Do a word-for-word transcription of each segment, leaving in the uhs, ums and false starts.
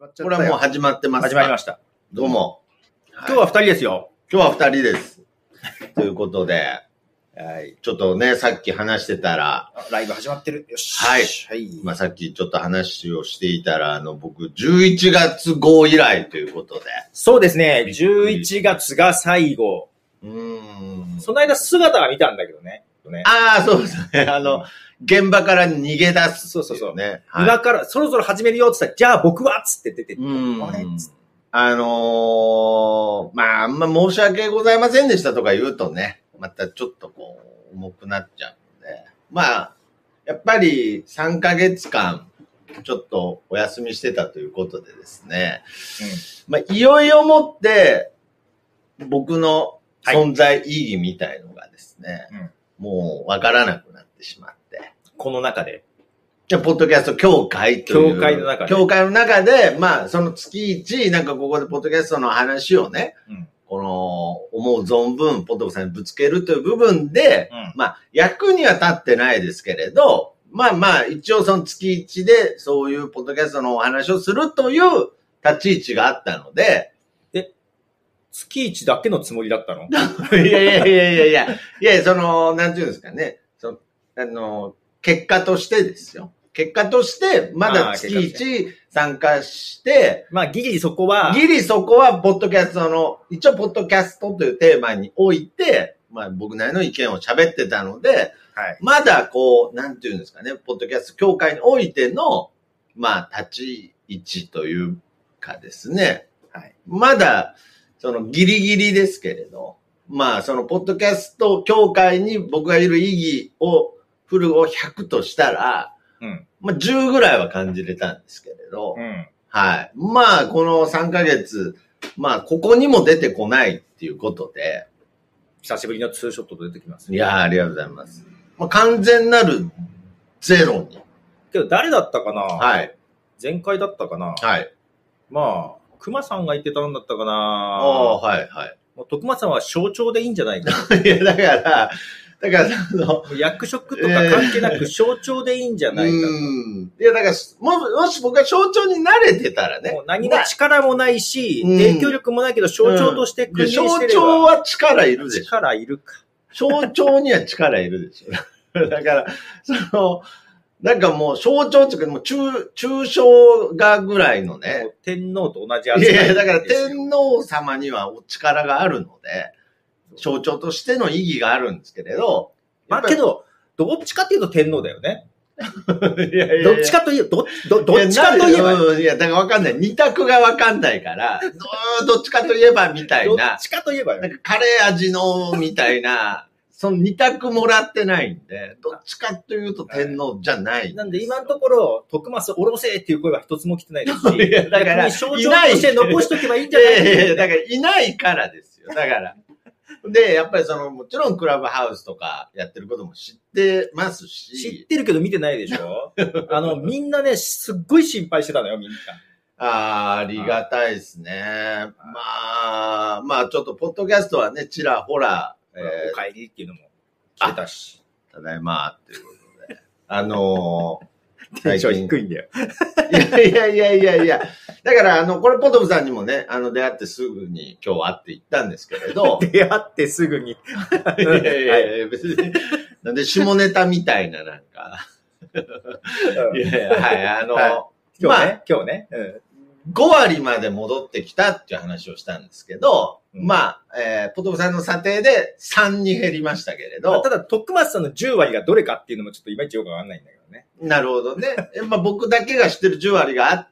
これはもう始まってますか？ 始まりました。 どうも。 今日は二人ですよ。 今日は二人です。ということで、はい、ちょっとね、さっき話してたら。 ライブ始まってる。よし。 はい。はい、まあさっきちょっと話をしていたら、あの、僕、じゅういちがつ号以来ということで。 そうですね。じゅういちがつが最後。 うーん。 その間姿は見たんだけどね。ねああ、そうですね。あの、現場から逃げ出す、ね。 そうそうそう。 ね。 はい、今から、そろそろ始めるよって言ったら、じゃあ僕はっつって出てって。 あれあのー、まあ、あんま申し訳ございませんでしたとか言うとね、またちょっとこう、重くなっちゃうので。まあ、やっぱりさんかげつかん、ちょっとお休みしてたということでですね。うん、まあ、いよいよもって、僕の存在意義みたいのがですね、はい、うんもうわからなくなってしまって。 この中で。 ポッドキャスト協会という。 協会の中で。 協会の中で、まあ、その月一、なんかここでポッドキャストの話をね、うん、この、思う存分、ポッドキャストにぶつけるという部分で、うん、まあ、役には立ってないですけれど、まあまあ、一応その月一で、そういうポッドキャストのお話をするという立ち位置があったので、 月一だけのつもりだったのいやいやいやいやいや、いやその、なんていうんですかね。その、あの、結果としてですよ。結果として、まだ月一参加して、 まあ、ギリそこは、 ギリそこは、ポッドキャストの、一応、ポッドキャストというテーマにおいて、まあ、僕なりの意見を喋ってたので、はい、まだこう、なんていうんですかね、ポッドキャスト協会においての、まあ、立ち位置というかですね。はい、まだ、そのギリギリですけれど、まあそのポッドキャスト協会に僕がいる意義をフルをひゃくとしたら、うん、まあじゅうぐらいは感じれたんですけれど、うん、はい。まあこのさんかげつ、まあここにも出てこないっていうことで、 久しぶりのツーショットと出てきますね。 いやーありがとうございます。まあ完全なるゼロに。 けど誰だったかな？ はい。 前回だったかな？ はい。 まあ。熊さんが言ってたんだったかな。ああ、はいはい。 もう徳松さんは象徴でいいんじゃないか。 いや、だから、だから、あの、 役職とか関係なく象徴でいいんじゃないか。 うん。いや、だから、も、もし僕が象徴に慣れてたらね。もう何も力もないし、影響力もないけど象徴として君臨してれば、 うん、象徴は力いるでしょ。 力いるか。 象徴には力いるでしょ。だから、その、なんかもう象徴っていうか、もう中、抽象画ぐらいのね。 天皇と同じ扱い。 いやいや、だから天皇様にはお力があるので、象徴としての意義があるんですけれど。 まあけど、どっちかっていうと天皇だよね。 いやいやいやどっちかといえば、ど、ど、どっちかといえば。 いや、だからわかんない。二択がわかんないから、どっちかといえばみたいな。 どっちかといえばよ。 なんかカレー味のみたいな。その二択もらってないんで、どっちかというと天皇じゃない。 なんで今のところ、徳松おろせっていう声は一つも来てないですし、 いやだから、 象徴として残しとけばいいんじゃないか。 いやいや、だからいないからですよ。だから。で、やっぱりその、もちろんクラブハウスとかやってることも知ってますし。 知ってるけど見てないでしょあの、みんなね、すっごい心配してたのよ、みんな。 ああ、ありがたいですね。まあ、まあちょっとポッドキャストはね、ちらほら、 えー、お帰りっていうのも来てたし。 ただいま、っていうことで。あのー、テンション低いんだよ。 いやいやいやいやいや。だから、あの、これポトフさんにもね、あの、出会ってすぐに今日会って行ったんですけれど。 出会ってすぐに。いやいやいやいや、別に。なんで、下ネタみたいな、なんか。いやいや、はい、あの、はい、 今日ね、まあ、今日ね。うんごわりまで戻ってきたっていう話をしたんですけど、うん、まあ、えー、ポトフさんの査定でさんに減りましたけれど。まあ、 ただ、徳松さんのじゅうわりがどれかっていうのもちょっといまいちよくわかんないんだけどね。 なるほどね。まあ、僕だけが知ってるじゅうわりがあって、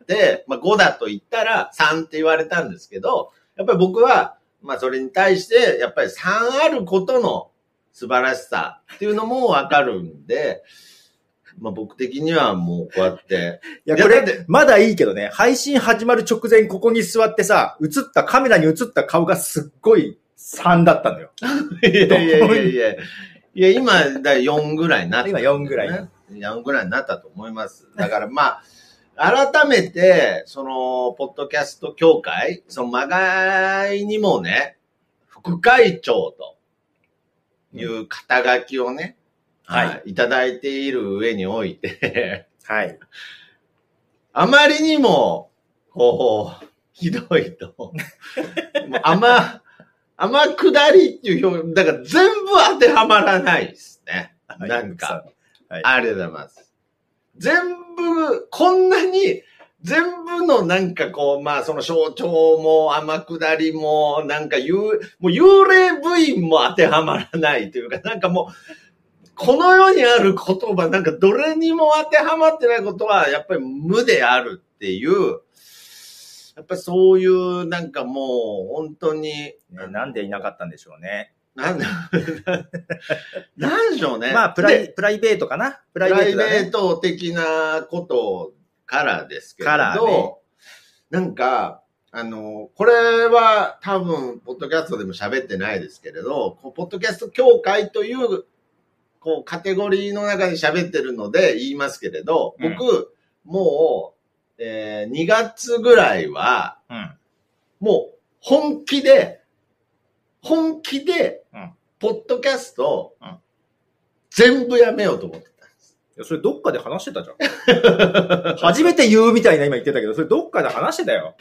まあ、ごだと言ったらさんって言われたんですけど、やっぱり僕は、まあ、それに対して、やっぱりさんあることの素晴らしさっていうのもわかるんで、まあ僕的にはもうこうやって。 いや、これ、まだいいけどね、配信始まる直前ここに座ってさ、映った、カメラに映った顔がすっごいさんだったんだよ。 いやいやいやいや。いや、今、だよんぐらいになった、ね。 今よんぐらい。 よんぐらいになったと思います。だからまあ、改めて、その、ポッドキャスト協会、その、まがいにもね、副会長という肩書きをね、はい。いただいている上において、 はい。 あまりにも、 こう、ひどいと。もう甘、甘下りっていう表現、だから全部当てはまらないですね。はい、なんか、はい、ありがとうございます。全部、こんなに、全部のなんかこう、まあその象徴も天下りも、なんか幽、もう幽霊部員も当てはまらないというか、なんかもう、この世にある言葉、なんかどれにも当てはまってないことは、やっぱり無であるっていう、やっぱりそういうなんかもう本当に、ね、 なんでいなかったんでしょうね。 なんで、なんでしょうね。 まあプライ、プライベートかな。 プライベート、ね、プライベート的なことからですけれど、ね、なんか、あの、これは多分、ポッドキャストでも喋ってないですけれど、こうポッドキャスト協会という、こう、カテゴリーの中で喋ってるので言いますけれど、僕、うん、もう、えー、にがつぐらいは、うん、もう、本気で、本気で、うん、ポッドキャスト、うん、全部やめようと思ってたんです。 いや、それどっかで話してたじゃん。初めて言うみたいな今言ってたけど、それどっかで話してたよ。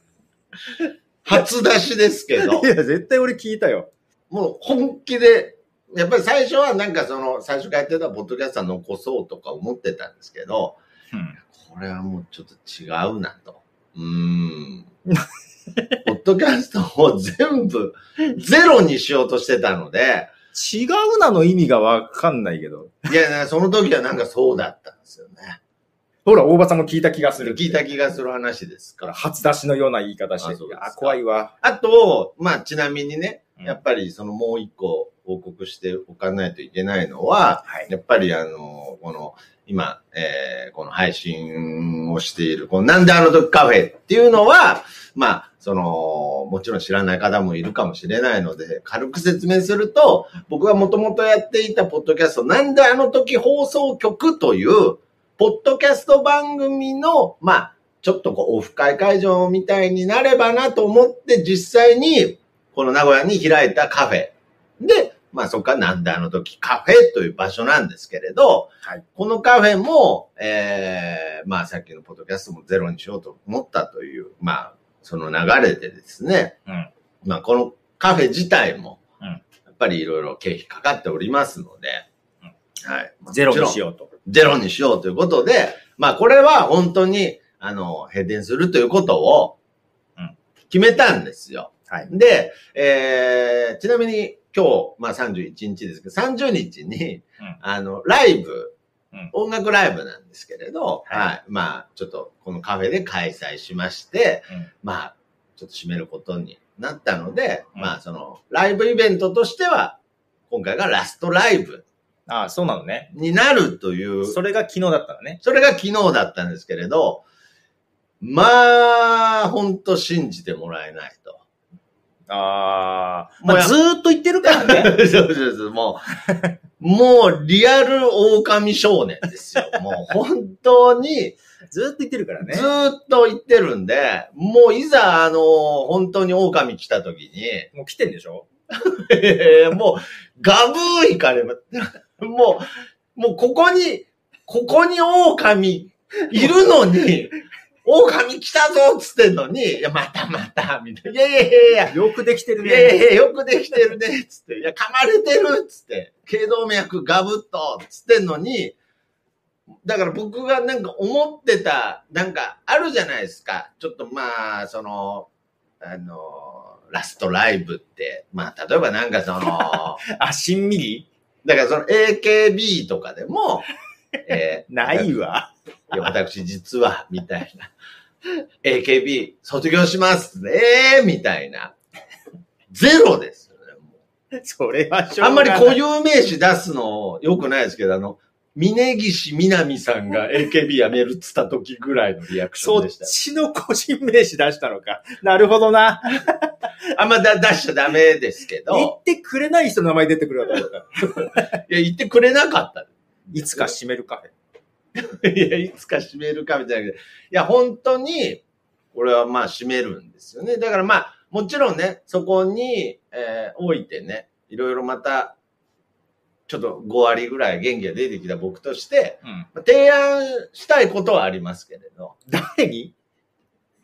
初出しですけど。 いや、絶対俺聞いたよ。 もう本気で、やっぱり最初はなんかその、最初からやってたポッドキャストは残そうとか思ってたんですけど、うん、これはもうちょっと違うなと。うーん。ポッドキャストを全部ゼロにしようとしてたので、 違うなの意味がわかんないけど。 いや、その時はなんかそうだったんですよね。 ほら、大場さんも聞いた気がする。 聞いた気がする話ですから。 初出しのような言い方して。あ、あ、怖いわ。 あと、まあ、ちなみにね、やっぱりそのもう一個報告しておかないといけないのは、はい、やっぱりあの、この、今、えー、この配信をしている、このなんであの時カフェっていうのは、まあ、その、もちろん知らない方もいるかもしれないので、軽く説明すると、僕がもともとやっていたポッドキャスト、なんであの時放送局という、ポッドキャスト番組の、まあ、ちょっとこう、オフ会会場みたいになればなと思って、実際に、この名古屋に開いたカフェ。で、まあそこからなんであの時カフェという場所なんですけれど、はい、このカフェも、えー、まあさっきのポッドキャストもゼロにしようと思ったという、まあその流れでですね、うん、まあこのカフェ自体も、うん、やっぱりいろいろ経費かかっておりますので、 うん、はい、ゼロにしようと。 ゼロにしようということで、まあこれは本当に、あの、閉店するということを決めたんですよ。はい、で、えー、ちなみに今日、まあさんじゅういちにちですけど、さんじゅうにちに、うん、あの、ライブ、うん、音楽ライブなんですけれど、はい、はい。まあ、ちょっとこのカフェで開催しまして、うん、まあ、ちょっと締めることになったので、うん、まあ、その、ライブイベントとしては、今回がラストライブ。 ああ、そうなのね。 になるという。 それが昨日だったのね。 それが昨日だったんですけれど、まあ、ほんと信じてもらえないと。 ああ、まあ、ずーっと言ってるからね。 そうそうそう、もう、もうリアル狼少年ですよ。もう本当に、 ずーっと言ってるからね。 ずーっと言ってるんで、もういざ、あの、本当に狼来た時に。 もう来てんでしょもう、ガブーいかれま、もう、もうここに、ここに狼いるのに、狼来たぞっつってんのに、いや、またまた、みたいな。いやいやいやいや。 よくできてるね。 いやいやよくできてるね、つって。いや、噛まれてるっつって。頸動脈ガブッと、つってんのに、だから僕がなんか思ってた、なんかあるじゃないですか。ちょっとまあ、その、あの、ラストライブって、まあ、例えばなんかその、 あ、しんみりだからその エーケービー とかでも、 えー、ないわ。 いや、私実は、みたいな。エーケービー 卒業しますね。えー、みたいな。ゼロですよね、 もう。それはしょうがない。あんまり固有名詞出すの良くないですけど、あの、峯岸みなみさんが エーケービー 辞めるっつった時ぐらいのリアクションでした。 そっちの個人名詞出したのか。なるほどな。 あんまだ出しちゃダメですけど。 言ってくれない人の名前出てくるわと思った。 いや、言ってくれなかった。 いつか閉めるカフェ。 いや、いつか閉めるかみたいな。いや、本当に、これはまあ閉めるんですよね。だからまあ、もちろんね、そこに、えー、置いてね、いろいろまた、ちょっとご割ぐらい元気が出てきた僕として、うん、提案したいことはありますけれど。 誰に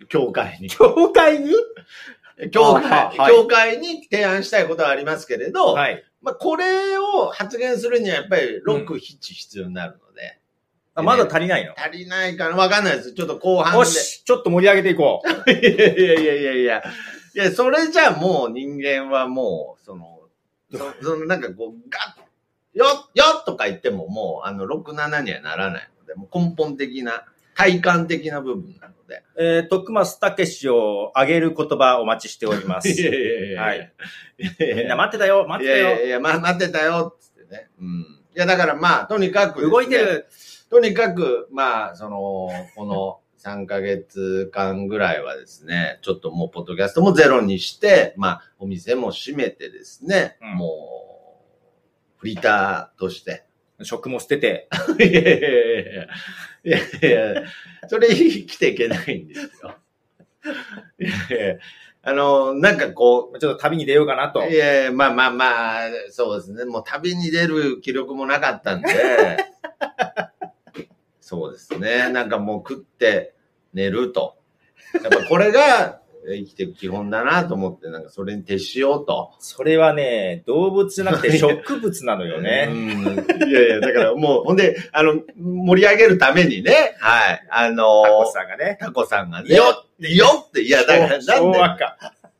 協会に。 協会に協会、 はい、 協会に提案したいことはありますけれど、 はい。 まあ、これを発言するにはやっぱりろく、なな必要になるので。 あ、まだ足りないの？ 足りないかなわかんないです。ちょっと後半で。 よし、ちょっと盛り上げていこう。いやいやいやいやいや。いや、それじゃあもう人間はもう、その、そそのなんかこう、ガッ、よっ、よっとか言ってももう、あの、ろく、ななにはならないので、もう根本的な、体感的な部分なので。 えー、徳松武史を上げる言葉お待ちしております。 いやいやいや。 はい。みんな待ってたよ、待ってたよ。 いやいやいや、ま、待ってたよ、つってね。うん。いや、だからまあ、とにかく、 ね、動いてる。 とにかく、まあ、その、このさんかげつかんぐらいはですね、ちょっともう、ポッドキャストもゼロにして、まあ、お店も閉めてですね、うん、もう、フリーターとして。 職も捨てて。 いやいやいやいや。いやいや、それ生きていけないんですよ。いやいや、あの、なんかこう。 ちょっと旅に出ようかなと。 いやいや、まあまあまあ、そうですね。もう旅に出る気力もなかったんで。そうですね。なんかもう食って寝ると。やっぱこれが生きていく基本だなと思って、なんかそれに徹しようと。 それはね、動物じゃなくて植物なのよね。 うん、いやいや、だからもう、ほんで、あの、盛り上げるためにね、はい、あのー、 タコさんがね。 タコさんがね。よっよって、いや、だから、 昭和か。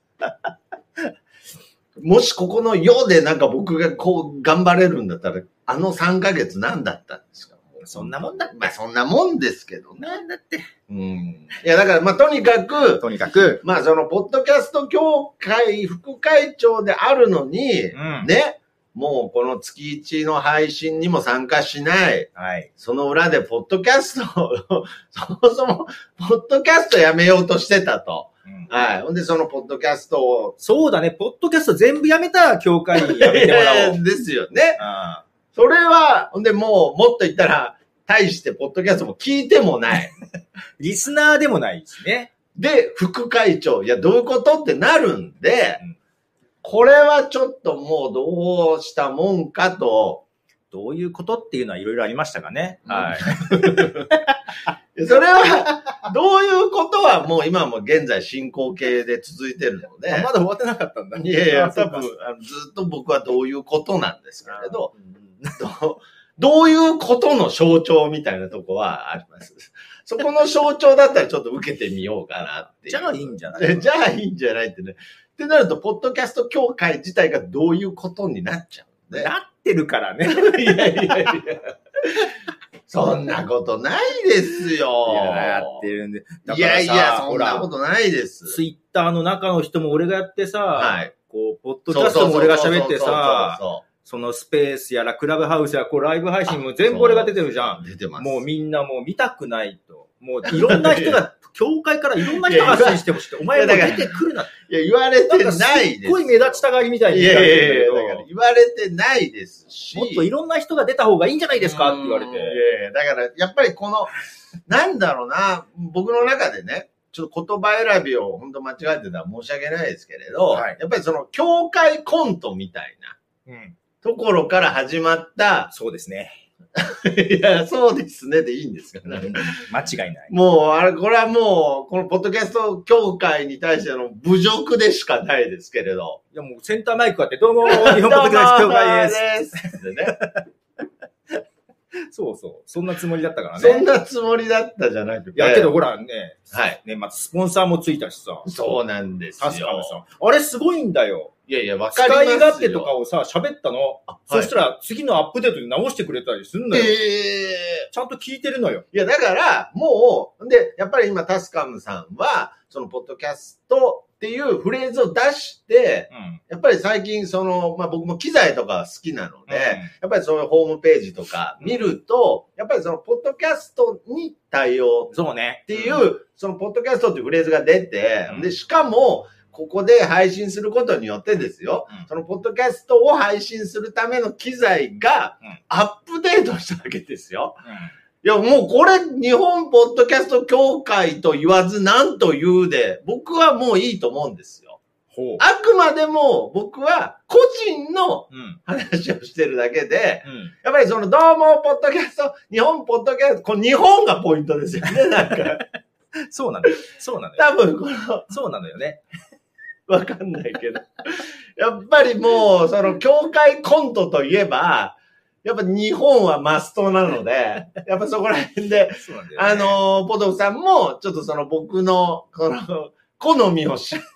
もしここのよでなんか僕がこう頑張れるんだったら、あのさんかげつ何だったんですか？ そんなもんだって。 まあそんなもんですけどね。 なんだって。 うん。いやだからまあとにかく、 とにかく、 まあそのポッドキャスト協会副会長であるのに、うん、ね、もうこの月いちの配信にも参加しない。はい。その裏でポッドキャストを、そもそもポッドキャストやめようとしてたと。うん、はい。ほんでそのポッドキャストを。 そうだね。ポッドキャスト全部やめた協会にやめてもらおう。 ですよね。ああそれは、ほんでもう、もっと言ったら、大してポッドキャストも聞いてもない。 リスナーでもないですね。 で、副会長、いや、どういうことってなるんで、うん、これはちょっともうどうしたもんかと。 どういうことっていうのはいろいろありましたかね。うん、はい。 それは、どういうことはもう今も現在進行形で続いてるので。 まだ終わってなかったんだ。 いやいや、多分、あのずっと僕はどういうことなんですけれど、ど, どういうことの象徴みたいなとこはあります。そこの象徴だったらちょっと受けてみようかなっていう。 じゃあいいんじゃないじゃあいいんじゃないってね。ってなると、ポッドキャスト協会自体がどういうことになっちゃうんで。 なってるからね。 いやいやいや。そんなことないですよ。 いや、やってるんで。 いやいや、そんなことないです。 ツイッターの中の人も俺がやってさ、はい、こう、ポッドキャストも俺が喋ってさ、そのスペースやらクラブハウスやこうライブ配信も全部俺が出てるじゃん。 出てます。 もうみんなもう見たくないと。もういろんな人が、教会からいろんな人が発信してほしい。お前も出てくるな。 いや、言われてないです。 すっごい目立ちたがりみたいに言われてるんだけど。いやいやいや、言われてないですし。 もっといろんな人が出た方がいいんじゃないですかって言われて。いやいや、だからやっぱりこの、なんだろうな、僕の中でね、ちょっと言葉選びを本当間違えてたら申し訳ないですけれど、はい、やっぱりその教会コントみたいな。うんところから始まった。 そうですね。 いや、そうですねでいいんですかね。 間違いない。 もう、あれ、これはもう、このポッドキャスト協会に対しての侮辱でしかないですけれど。 いや、もうセンターマイクあって、どうも、日本ポッドキャスト協会です。ですでね。そうそう。そんなつもりだったからね。 そんなつもりだったじゃなくて。 いや、けどほらね、 はい。 ね、またスポンサーもついたしさ。 そうなんですよ。 確かにさ。あれすごいんだよ。 いやいや、わかりますよ。 使い勝手とかをさ、喋ったの。はい、そしたら、次のアップデートで直してくれたりするんだよ。えー、ちゃんと聞いてるのよ。 いや、だから、もう、で、やっぱり今、タスカムさんは、その、ポッドキャストっていうフレーズを出して、うん、やっぱり最近、その、まあ、僕も機材とか好きなので、うん、やっぱりそういうホームページとか見ると、うん、やっぱりその、ポッドキャストに対応そうね。 っていう、うん、その、ポッドキャストっていうフレーズが出て、で、しかも、ここで配信することによってですよ、うん、そのポッドキャストを配信するための機材がアップデートしたわけですよ。うん、いや、もうこれ日本ポッドキャスト協会と言わず何と言うで、僕はもういいと思うんですよ。ほうあくまでも僕は個人の話をしてるだけで、うん、やっぱりそのどうもポッドキャスト、日本ポッドキャスト、この日本がポイントですよね、なんか。 そうなんだよ。そうなんだよ。多分この、 そうなのよね。 わかんないけど。やっぱりもう、その、教会コントといえば、やっぱ日本はマストなので、やっぱそこら辺で、ね、あの、ポトフさんも、ちょっとその僕の、この、好みを知って、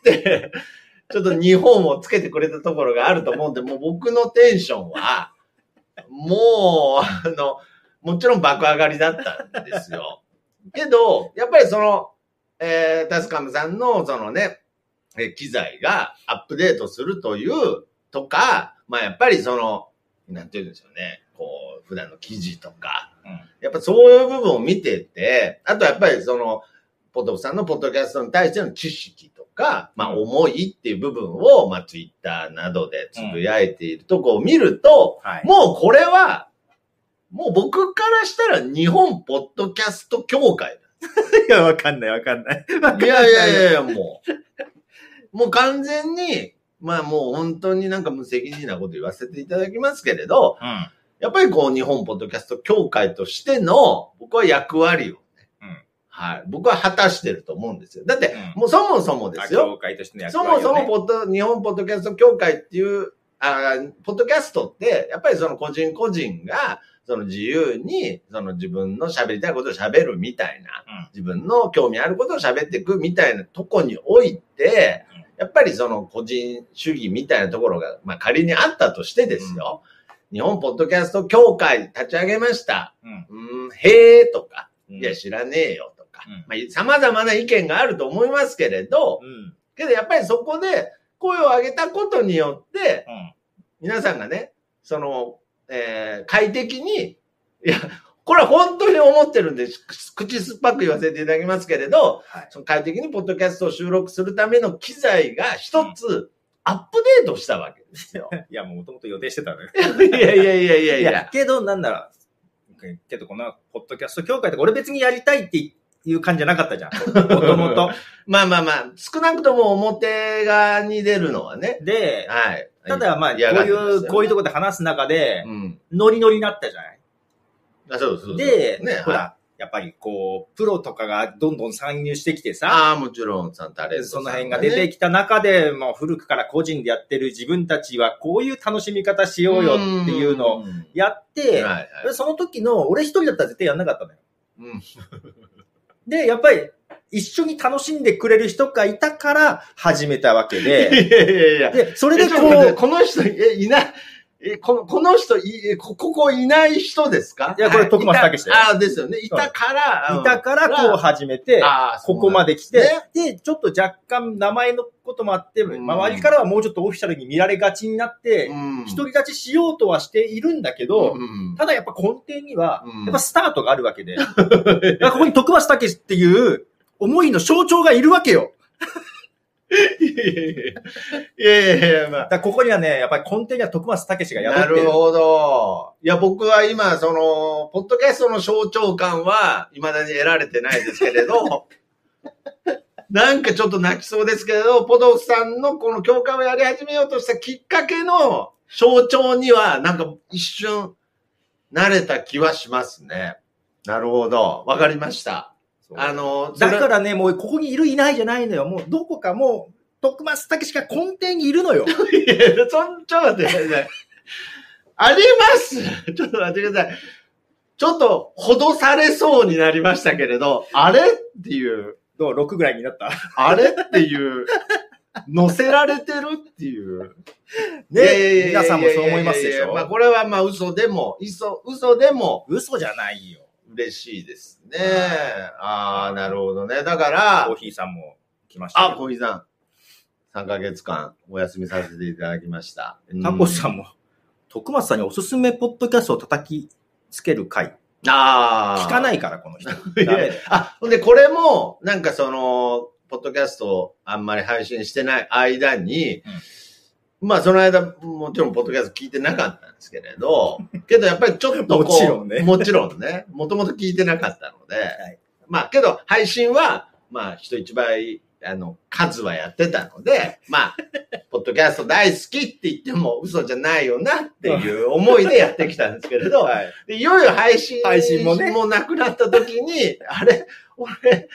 ちょっと日本をつけてくれたところがあると思うんで、もう僕のテンションは、もう、あの、もちろん爆上がりだったんですよ。けど、やっぱりその、えー、タスカムさんのそのね、機材がアップデートするというとか、まあやっぱりその、なんていうんですよね、こう、普段の記事とか、うん、やっぱそういう部分を見てて、あとやっぱりその、ポトフさんのポッドキャストに対しての知識とか、まあ思いっていう部分を、まあツイッターなどでつぶやいているとこを見ると、うんはい、もうこれは、もう僕からしたら日本ポッドキャスト協会だ。 いや、わかんないわかんない。 いやいやいやいや、もう。もう完全に、まあもう本当になんか無責任なこと言わせていただきますけれど、うん、やっぱりこう日本ポッドキャスト協会としての僕は役割をね、うん、はい、僕は果たしてると思うんですよ。だって、もうそもそもですよ。 協会としての役割をね、 そもそもポッド日本ポッドキャスト協会っていうあポッドキャストってやっぱりその個人個人がその自由にその自分の喋りたいことを喋るみたいな、うん、自分の興味あることを喋っていくみたいなとこにおいて。やっぱりその個人主義みたいなところが、まあ仮にあったとしてですよ。うん、日本ポッドキャスト協会立ち上げました。うん、うーんへーとか、うん、いや知らねえよとか、うん、まあ様々な意見があると思いますけれど、うん、けどやっぱりそこで声を上げたことによって、うん、皆さんがね、その、えー、快適に、いや、これは本当に思ってるんで、口酸っぱく言わせていただきますけれど、はい、その快適にポッドキャストを収録するための機材が一つアップデートしたわけですよ。 いや、もう元々予定してたのよ。 いやいやいやいやいや。いやけど、なんだろう。けど、このポッドキャスト協会とか、俺別にやりたいっていう感じじゃなかったじゃん。もともと。 まあまあまあ、少なくとも表側に出るのはね。 で、はい。ただまあ、こういう、こういうところで話す中で、うん、ノリノリになったじゃない。 あそうそうで、ね、ほら、はい、やっぱりこう、プロとかがどんどん参入してきてさ。 ああ、もちろん、さんタレントその辺が出てきた中で、もう古くから個人でやってる自分たちはこういう楽しみ方しようよっていうのをやって、はいはい、その時の俺一人だったら絶対やんなかったのよ。うん、で、やっぱり一緒に楽しんでくれる人がいたから始めたわけで。 いやいやいや。 で、それでこう、 この人、え、いない。え、この、この人、い、こ、ここいない人ですか？ いや、これ、徳松武史だよ。 ああ、ですよね。いたから、 いたからこう始めて、ここまで来て、で、ちょっと若干名前のこともあって、周りからはもうちょっとオフィシャルに見られがちになって、独り立ちしようとはしているんだけど、ただやっぱ根底には、やっぱスタートがあるわけで、ここに徳松武史っていう思いの象徴がいるわけよ。 いやいやいやいやいや、まあ。 だここにはね、やっぱり根底には徳松武史が宿ってる。 なるほど。いや、僕は今、その、ポッドキャストの象徴感は、未だに得られてないですけれど、なんかちょっと泣きそうですけれど、ポドフさんのこの教会をやり始めようとしたきっかけの象徴には、なんか一瞬、慣れた気はしますね。なるほど。わかりました。あの、 だからね、もうここにいるいないじゃないのよ。もうどこかもう、徳松武史が根底にいるのよ。 いや、そん、ちょっと待ってください。ありますちょっと待ってください。ちょっと、ほどされそうになりましたけれど、あれっていう。 どう ?ろく ぐらいになったあれっていう、乗せられてるっていう。 ね、皆さんもそう思いますでしょ。 まあこれはまあ嘘でも、嘘、嘘でも。 嘘じゃないよ。 嬉しいですね。ああ、なるほどね。だから、 コーヒーさんも来ました。 あ、コーヒーさん。さんかげつかんお休みさせていただきました。 タコさんも、徳松さんにおすすめポッドキャストを叩きつける回。 ああ。聞かないから、この人。 あ、ほんで、これも、なんかその、ポッドキャストをあんまり配信してない間に、うんまあ、その間、もちろん、ポッドキャスト聞いてなかったんですけれど、けど、やっぱりちょっとこう、 もちろんね。 もちろんね、もともと聞いてなかったので、はい、まあ、けど、配信は、まあ、人一倍、あの、数はやってたので、まあ、ポッドキャスト大好きって言っても嘘じゃないよなっていう思いでやってきたんですけれど、はい、でいよいよ配信配信もね、 もなくなった時に、あれ、俺、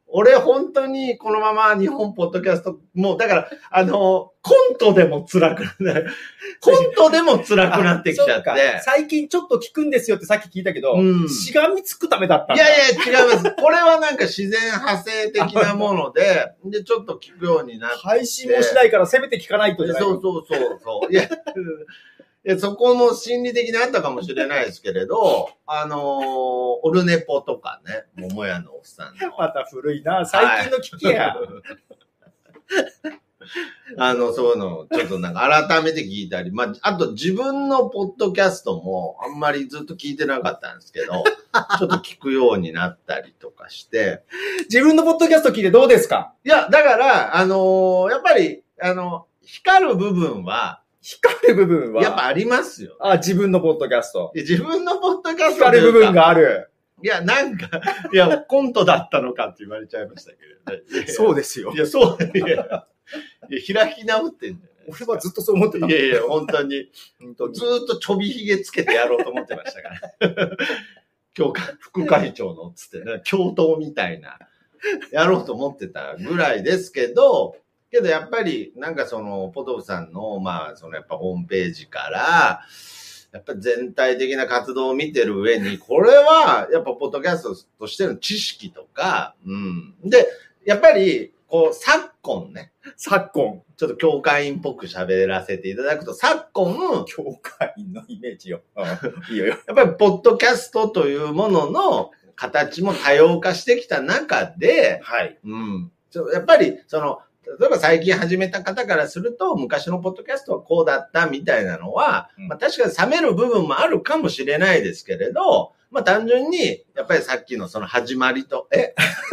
俺本当にこのまま日本ポッドキャスト、もうだから、あの、コントでも辛くなる。コントでも辛くなってきちゃって。 最近ちょっと聞くんですよってさっき聞いたけど、うん、しがみつくためだったんだ。 いやいや、違います。これはなんか自然派生的なもので、で、ちょっと聞くようになって。 配信もしないからせめて聞かないとじゃない。 そうそうそうそう。いやいや、そこも心理的にあったかもしれないですけれど、あのー、オルネポとかね、桃屋のおっさんの。 また古いな、最近の聞きや。はいあの、そういうのをちょっとなんか改めて聞いたり、まあ、あと自分のポッドキャストもあんまりずっと聞いてなかったんですけど、ちょっと聞くようになったりとかして。 自分のポッドキャスト聞いてどうですか？ いや、だから、あのー、やっぱり、あの、光る部分は、 光る部分はやっぱありますよ。 あ、自分のポッドキャスト。 自分のポッドキャスト光る部分がある。 いや、なんか、いや、コントだったのかって言われちゃいましたけどね。 そうですよ。 いや、そう、いや、いや開き直ってんじゃない俺はずっとそう思ってた。 いやいや、本当に。本当にずーっとちょびひげつけてやろうと思ってましたから。教会、副会長のつってね、教頭みたいな、やろうと思ってたぐらいですけど、けどやっぱり、なんかその、ポトフさんの、まあ、そのやっぱホームページから、やっぱり全体的な活動を見てる上に、これは、やっぱポッドキャストとしての知識とか、うん。で、やっぱり、こう、昨今ね。 昨今。 ちょっと教会員っぽく喋らせていただくと、昨今、 教会員のイメージよ。いいよ。 やっぱり、ポッドキャストというものの形も多様化してきた中で、 はい。 うん。やっぱり、その、例えば最近始めた方からすると、昔のポッドキャストはこうだったみたいなのは、うん、まあ確かに冷める部分もあるかもしれないですけれど、まあ単純に、やっぱりさっきのその始まりと、え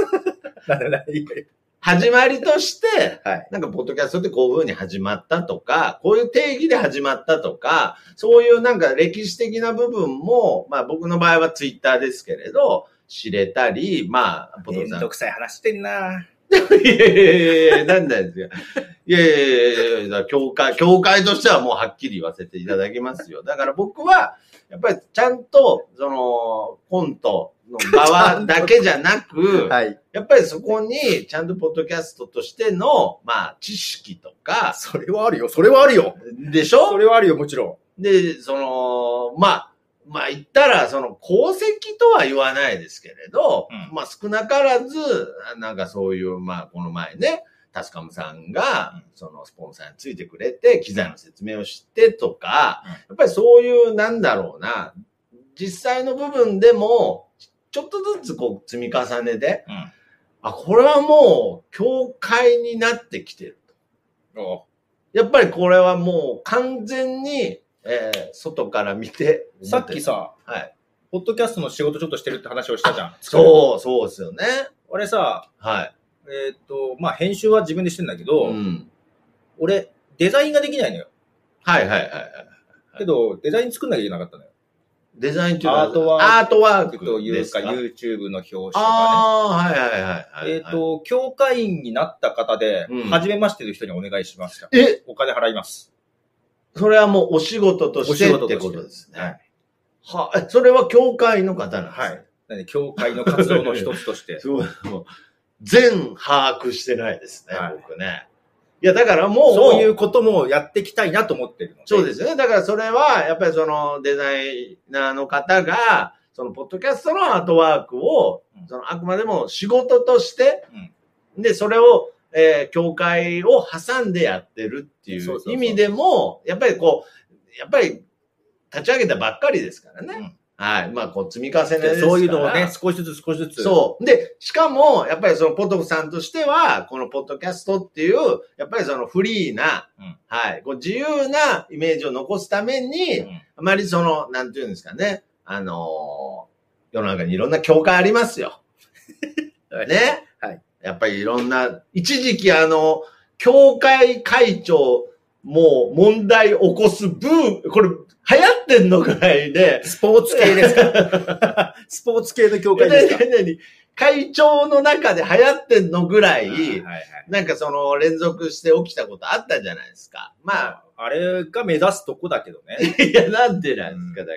始まりとして、はい、なんかポッドキャストってこういう風に始まったとか、こういう定義で始まったとか、そういうなんか歴史的な部分も、まあ僕の場合はツイッターですけれど、知れたり、まあ、 ポトフさん。めんどくさい話してんな。 いやいやいやいや、なんだよ。いやいやいやいや、教会、教会としてはもうはっきり言わせていただきますよ。だから僕は、やっぱりちゃんと、その、コントの側だけじゃなく、はい、やっぱりそこに、ちゃんとポッドキャストとしての、まあ、知識とか。 それはあるよ。それはあるよ。 でしょ？ それはあるよ、もちろん。で、その、まあ、まあ言ったら、その功績とは言わないですけれど、うん、まあ少なからず、なんかそういう、まあこの前ね、タスカムさんが、そのスポンサーについてくれて、機材の説明をしてとか、うん、やっぱりそういう、なんだろうな、実際の部分でも、ちょっとずつこう積み重ねで、うん、あ、これはもう、教会になってきてると。やっぱりこれはもう完全に、えー、外から見て。 さっきさ、はい。ポッドキャストの仕事ちょっとしてるって話をしたじゃん。 そう、そうですよね。 俺さ、 はい。 えー、っと、まあ、編集は自分でしてんだけど、うん、俺、デザインができないのよ。 はいはいはいはい。 けど、デザイン作んなきゃいけなかったのよ。 デザインっていうのはアートワーク。 アートワークというか、YouTube の表紙とかね。 ああ、はいはいはい、はい。 えー、っと、教会員になった方で、うん、初めましての人にお願いしました。 え？ お金払います。 それはもうお仕事としてってことですね。はい。は、それは教会の方なんですね。はい。 何教会の活動の一つとして。 すごい。もう全把握してないですね、はい、僕ね。いや、だからもう。 そういうこともやっていきたいなと思ってるので。 そうですね。だからそれは、やっぱりそのデザイナーの方が、そのポッドキャストのアートワークを、うん、そのあくまでも仕事として、うん、で、それを、えー、教会を挟んでやってるっていう意味でも、やっぱりこう、やっぱり立ち上げたばっかりですからね。うん、はい。まあ、こう積み重ねですから。 そういうのをね、少しずつ少しずつ。 そう。で、しかも、やっぱりそのポトフさんとしては、このポッドキャストっていう、やっぱりそのフリーな、うん、はい。こう自由なイメージを残すために、うん、あまりその、なんていうんですかね。あのー、世の中にいろんな教会ありますよ。ね。はい。やっぱりいろんな、一時期あの、教会会長もう問題起こすブーム、これ流行ってんのぐらいで。 スポーツ系ですか？スポーツ系の教会ですか？ 会長の中で流行ってんのぐらい、はいはいはい、なんかその連続して起きたことあったじゃないですか。まあ。 あれが目指すとこだけどね。 いや、なんでなんですか、だから。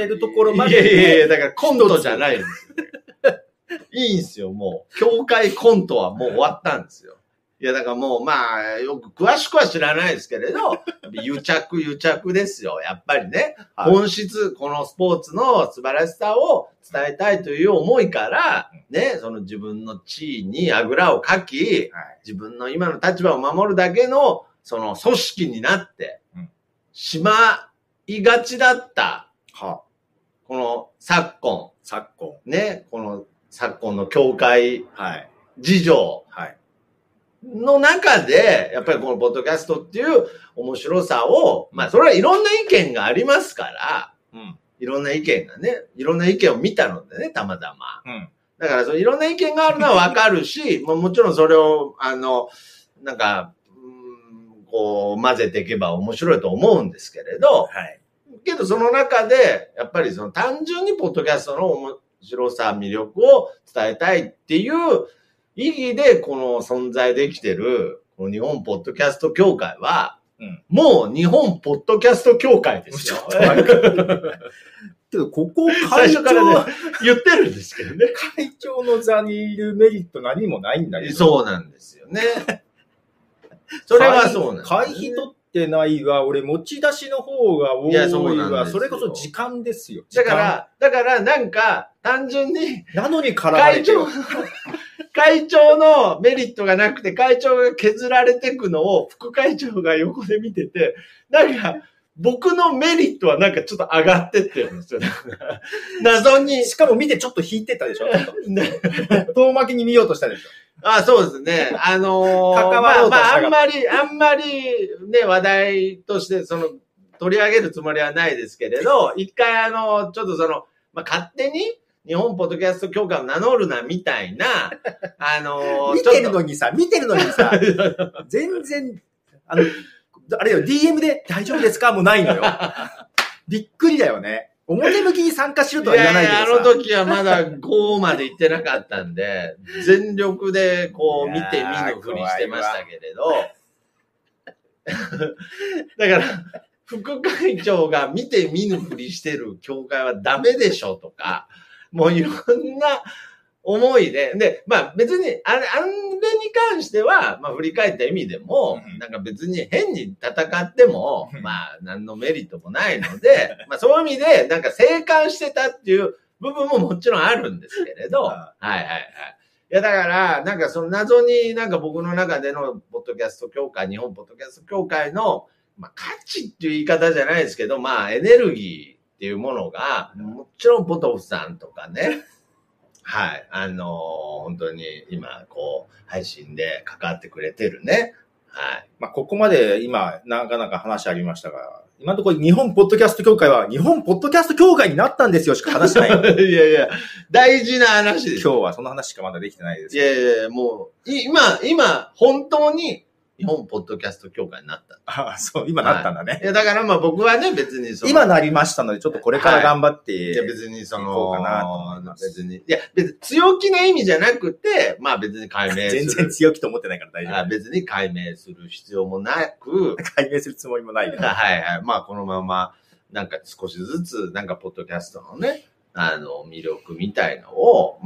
あれで更迭されるところまで。 いやいやいや、だからコントじゃないんですよ。 いいんすよ、もう。協会コントはもう終わったんですよ。いや、だからもう、まあ、よく詳しくは知らないですけれど、癒着癒着ですよ。やっぱりね、はい、本質、このスポーツの素晴らしさを伝えたいという思いから、ね、その自分の地位にあぐらをかき、はい、自分の今の立場を守るだけの、その組織になって、しまいがちだった、はあ、この昨今、 昨今、 ね、この昨今の協会事情、はいはいの中で、やっぱりこのポッドキャストっていう面白さを、まあそれはいろんな意見がありますから、うん、いろんな意見がね、いろんな意見を見たのでね、たまたま。うん、だからそのいろんな意見があるのはわかるし、も, もちろんそれを、あの、なんか、うん、こう混ぜていけば面白いと思うんですけれど、はい、けどその中で、やっぱりその単純にポッドキャストの面白さ、魅力を伝えたいっていう、意義でこの存在できてる、この日本ポッドキャスト協会は、うん、もう日本ポッドキャスト協会ですよ。 けど、ここ会長、 最初からね、言ってるんですけどね。 会長の座にいるメリット何もないんだけど。 そうなんですよね。それはそうなんです、ね。 会費取ってないわ、俺持ち出しの方が多いわ、いやそうなんですよ。それこそ時間ですよ。 だから、だからなんか、単純に、 なのに絡まれてる。 会長のメリットがなくて、会長が削られていくのを副会長が横で見てて、なんか、僕のメリットはなんかちょっと上がってってるんですよ。謎に。 しかも見てちょっと引いてたでしょ遠巻きに見ようとしたでしょあ、そうですね。あのー、関わろうとしたまあ、まあ、あんまり、あんまりね、話題として、その、取り上げるつもりはないですけれど、一回あの、ちょっとその、まあ、勝手に、日本ポッドキャスト協会を名乗るな、みたいな、あのー、 見てるのにさ、見てるのにさ、全然、あの、あれよ、ディーエム で大丈夫ですかもうないのよ。びっくりだよね。表向きに参加しろとは言わないけどさ。 いやいや、あの時はまだごまで行ってなかったんで、全力でこう見て見ぬふりしてましたけれど、だから、副会長が見て見ぬふりしてる協会はダメでしょとか、もういろんな思いで、で、まあ別に、あれ、あれに関しては、まあ振り返った意味でも、うん、なんか別に変に戦っても、まあ何のメリットもないので、まあそういう意味で、なんか静観してたっていう部分ももちろんあるんですけれど、はいはいはい。いやだから、なんかその謎になんか僕の中でのポッドキャスト協会、日本ポッドキャスト協会の、まあ価値っていう言い方じゃないですけど、まあエネルギーっていうものが、もちろんポトフさんとかね、はい。あのー、本当に今、こう、配信で関わってくれてるね。はい。 まあ、ここまで今、なかなか話ありましたが、今のところ日本ポッドキャスト協会は日本ポッドキャスト協会になったんですよしか話してない。 いやいや、大事な話です。 今日はその話しかまだできてないです。 いやいや、もう、今、今、本当に、日本ポッドキャスト協会になった。 ああ、そう、今なったんだね。 はい、いや、だからまあ僕はね、別にその。今なりましたので、ちょっとこれから頑張って、はい。 いや、別にその、こうかなと思います。別に。いや、別に強気な意味じゃなくて、まあ別に解明する。 全然強気と思ってないから大丈夫。 あ別に解明する必要もなく。 解明するつもりもないから。 はいはい。まあこのまま、なんか少しずつ、なんかポッドキャストのね、あの、魅力みたいのを、うん、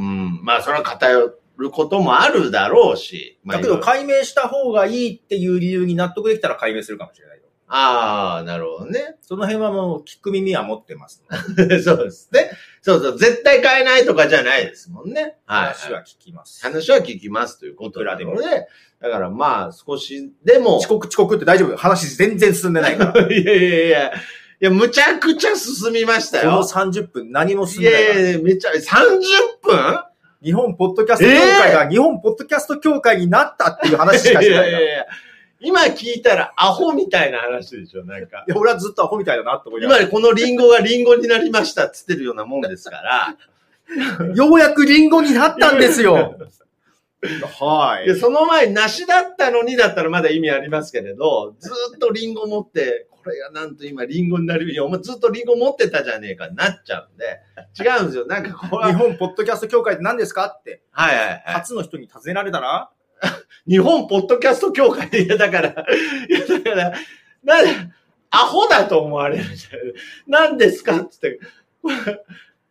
まあそれは偏ることもあるだろうし。 まあ、だけど解明した方がいいっていう理由に納得できたら解明するかもしれないよ。 ああ、なるほどね。 その辺はもう聞く耳は持ってます、 ね。そうですね。そうそう。絶対変えないとかじゃないですもんね。 はい。話は聞きます。 話は聞きますということなので、だからまあ少しでも。 遅刻遅刻って大丈夫。話全然進んでないから。 いやいやいや。いや、むちゃくちゃ進みましたよ。 このさんじゅっぷん何も進んでないから。 いやいやめちゃ、さんじゅっぷん日本ポッドキャスト協会が日本ポッドキャスト協会になったっていう話しかしないから。いやいやいや今聞いたらアホみたいな話でしょ、なんか。 いや、俺はずっとアホみたいだなって思いながら。今このリンゴがリンゴになりましたって言ってるようなもんですから。 ようやくリンゴになったんですよ。はい。 いや、その前梨だったのにだったらまだ意味ありますけれど、ずっとリンゴ持って、これがなんと今リンゴになるように、お前ずっとリンゴ持ってたじゃねえかになっちゃうんで、違うんですよ。なんかこれ日本ポッドキャスト協会って何ですかって。 はいはいはい。 初の人に尋ねられたら日本ポッドキャスト協会いやだから、いやだから、なんで、アホだと思われるじゃん。何ですかって言って、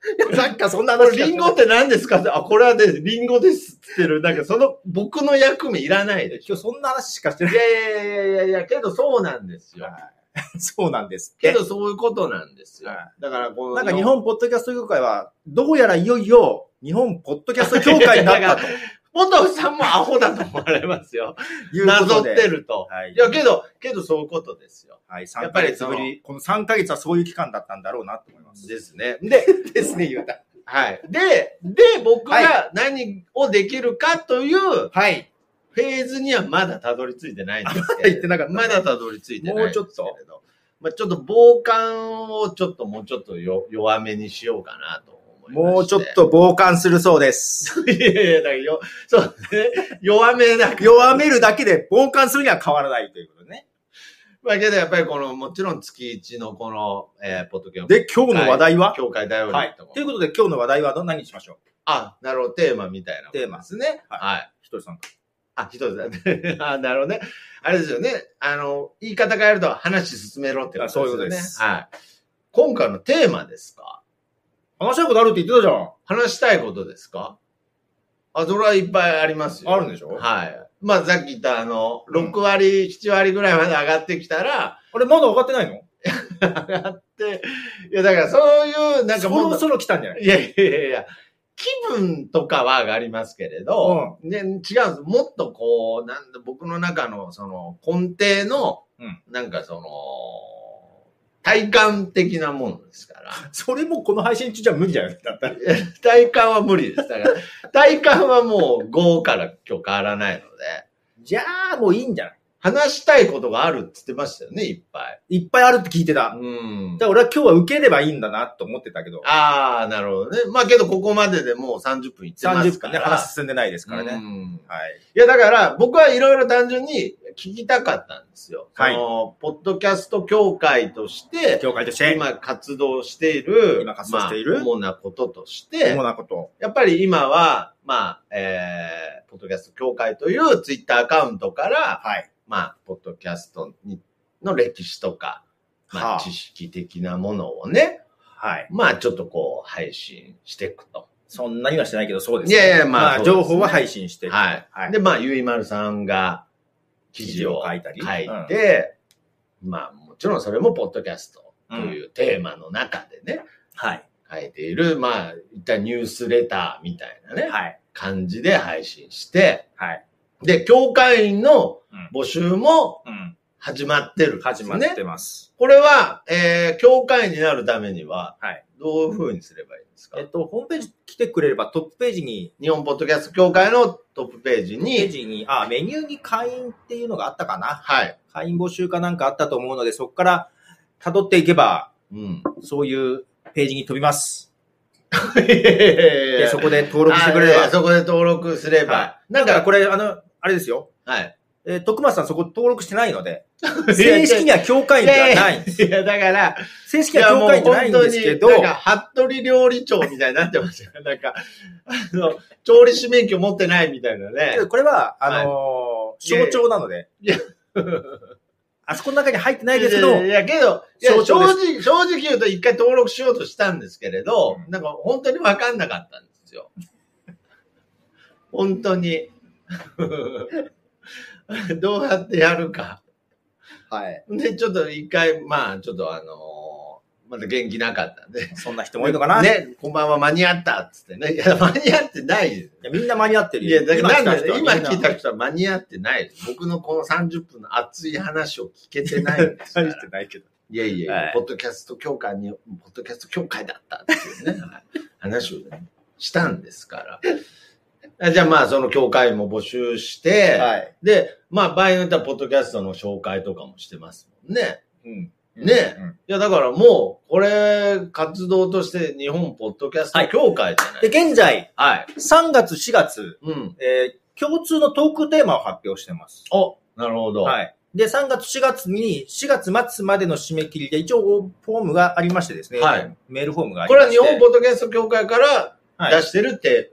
なんかそんな話。 リンゴって何ですかって、あ、これはね、リンゴですって言ってる。なんかその、僕の役目いらないでしょ。 今日そんな話しかしてない。 いやいやいやいやいや、けどそうなんですよ。 そうなんですけどそういうことなんですよ。 はい、 だからこの、 なんか日本ポッドキャスト協会は、どうやらいよいよ、日本ポッドキャスト協会になったと。 ポトフさんもアホだと思われますよ。なぞってると。はい。いや、けど、けどそういうことですよ。 はい。さんかげつぶり、このさんかげつはそういう期間だったんだろうなと思います。 ですね。 で、ですね、言うた。 はい。で、で、僕が何をできるかという、 はい。 フェーズにはまだたどり着いてないんですけど。 言ってなかった。 まだたどり着いてないんですけれど。 もうちょっと。 まあちょっと傍観をちょっともうちょっとよ弱めにしようかなと思います。 もうちょっと傍観するそうです。 いやいや、だからよ、そうね。弱めだけ弱めるだけで傍観するには変わらないということね。 まあけどやっぱりこの、もちろん月一のこの、えー、ポッドキャスト。 で、今日の話題は協会だより。 はい。ということで今日の話題は何にしましょう？ あ、なるほど。テーマみたいな。 テーマですね。 はい。はい。ひとりさん。 あ、一つだね。あ、なるほどね。あれですよね。あの、言い方変えると話進めろってことですよね。 そういうことです。 はい。今回のテーマですか？ 話したいことあるって言ってたじゃん。 話したいことですか？あ、それはいっぱいありますよ。 あるんでしょ？ はい。まあ、さっき言ったあの、ろくわり、ななわりぐらいまで上がってきたら、 あれ、まだ上がってないの？ 上がって、いや、だからそういう、なんかもう、そろそろ来たんじゃない？ いやいやいやいや。気分とかは上がりますけれど、うん、ね、違うんです。もっとこう、なんで僕の中のその根底の、うん、なんかその、体感的なものですから。 それもこの配信中じゃ無理じゃないだったら。 体感は無理です。だから、体感はもうごから今日変わらないので。 じゃあもういいんじゃない？ 話したいことがあるって言ってましたよね、いっぱい。いっぱいあるって聞いてた。うん。だから俺は今日は受ければいいんだなと思ってたけど。 ああ、なるほどね。まあけどここまででもうさんじゅっぷんいってますから。さんじゅっぷんね、話進んでないですからね。うん。 はい。いやだから僕はいろいろ単純に聞きたかったんですよ。はい。その、ポッドキャスト協会として、 協会として、 今活動している、 今活動している、 まあ、主なこととして、 主なこと。 やっぱり今は、まあ、えー、ポッドキャスト協会というツイッターアカウントから、はい。まあ、ポッドキャストにの歴史とか、まあ、知識的なものをね、はい。まあ、ちょっとこう、配信していくと。 そんなにはしてないけど、そうですね。 いやいや、まあ、 まあ、情報は配信していく。 はい。はい。で、まあ、ゆいまるさんが記事を書いたり。書いて、うん、まあ、もちろんそれもポッドキャストというテーマの中でね、うん、はい。書いている、まあ、いったニュースレターみたいなね、はい。感じで配信して、はい。で、協会員の募集も始まってるんですね。始まってます。これは、えー、協会員になるためには、はい。どういう風にすればいいんですか？ えっと、ホームページ来てくれればトップページに、 日本ポッドキャスト協会のトップページに、 ページに、あ、メニューに会員っていうのがあったかな。 はい。 会員募集かなんかあったと思うので、そこから辿っていけば、うん、そういうページに飛びます。で、そこで登録してくれれば。 そこで登録すれば。はい、 なんかこれ、あの、あれですよ。はい。えー、徳松さんそこ登録してないので、正式には協会員ではないんです。 いや、だから、 正式には協会員じゃないんですけど、 なんか、服部料理長みたいになってますよ。なんか、あの、調理師免許持ってないみたいなね。 これは、あのー、はい、象徴なので。いや、あそこの中に入ってないですけど、 いや、けど、いや正直、正直言うと一回登録しようとしたんですけれど、うん、なんか本当にわかんなかったんですよ。本当に。どうやってやるか。はい。で、ちょっと一回、まあ、ちょっとあのー、まだ元気なかったんで。 そんな人もいるのかなね、こんばんは間に合ったっつってね。いや、間に合ってないです。いや、みんな間に合ってるよ。いや、だからなんで、今聞いた人は間に合ってないです。僕のこのさんじゅっぷんの熱い話を聞けてないんですから。 してないけど。 いやいや、はい、ポッドキャスト協会に、ポッドキャスト協会だったっていうね、話を、ね、したんですから。じゃあまあ、その協会も募集して、はい、で、まあ、場合によっては、ポッドキャストの紹介とかもしてますもんね。うん。ね、うん。いや、だからもう、これ、活動として日本ポッドキャスト協会じゃない、 はい、で、現在、はい。さんがつ、しがつ、うん。えー、共通のトークテーマを発表してます。 お、なるほど。はい。 で、さんがつ、しがつに、しがつ末までの締め切りで、一応、フォームがありましてですね。はい。メールフォームがありまして。 これは日本ポッドキャスト協会から出してるって、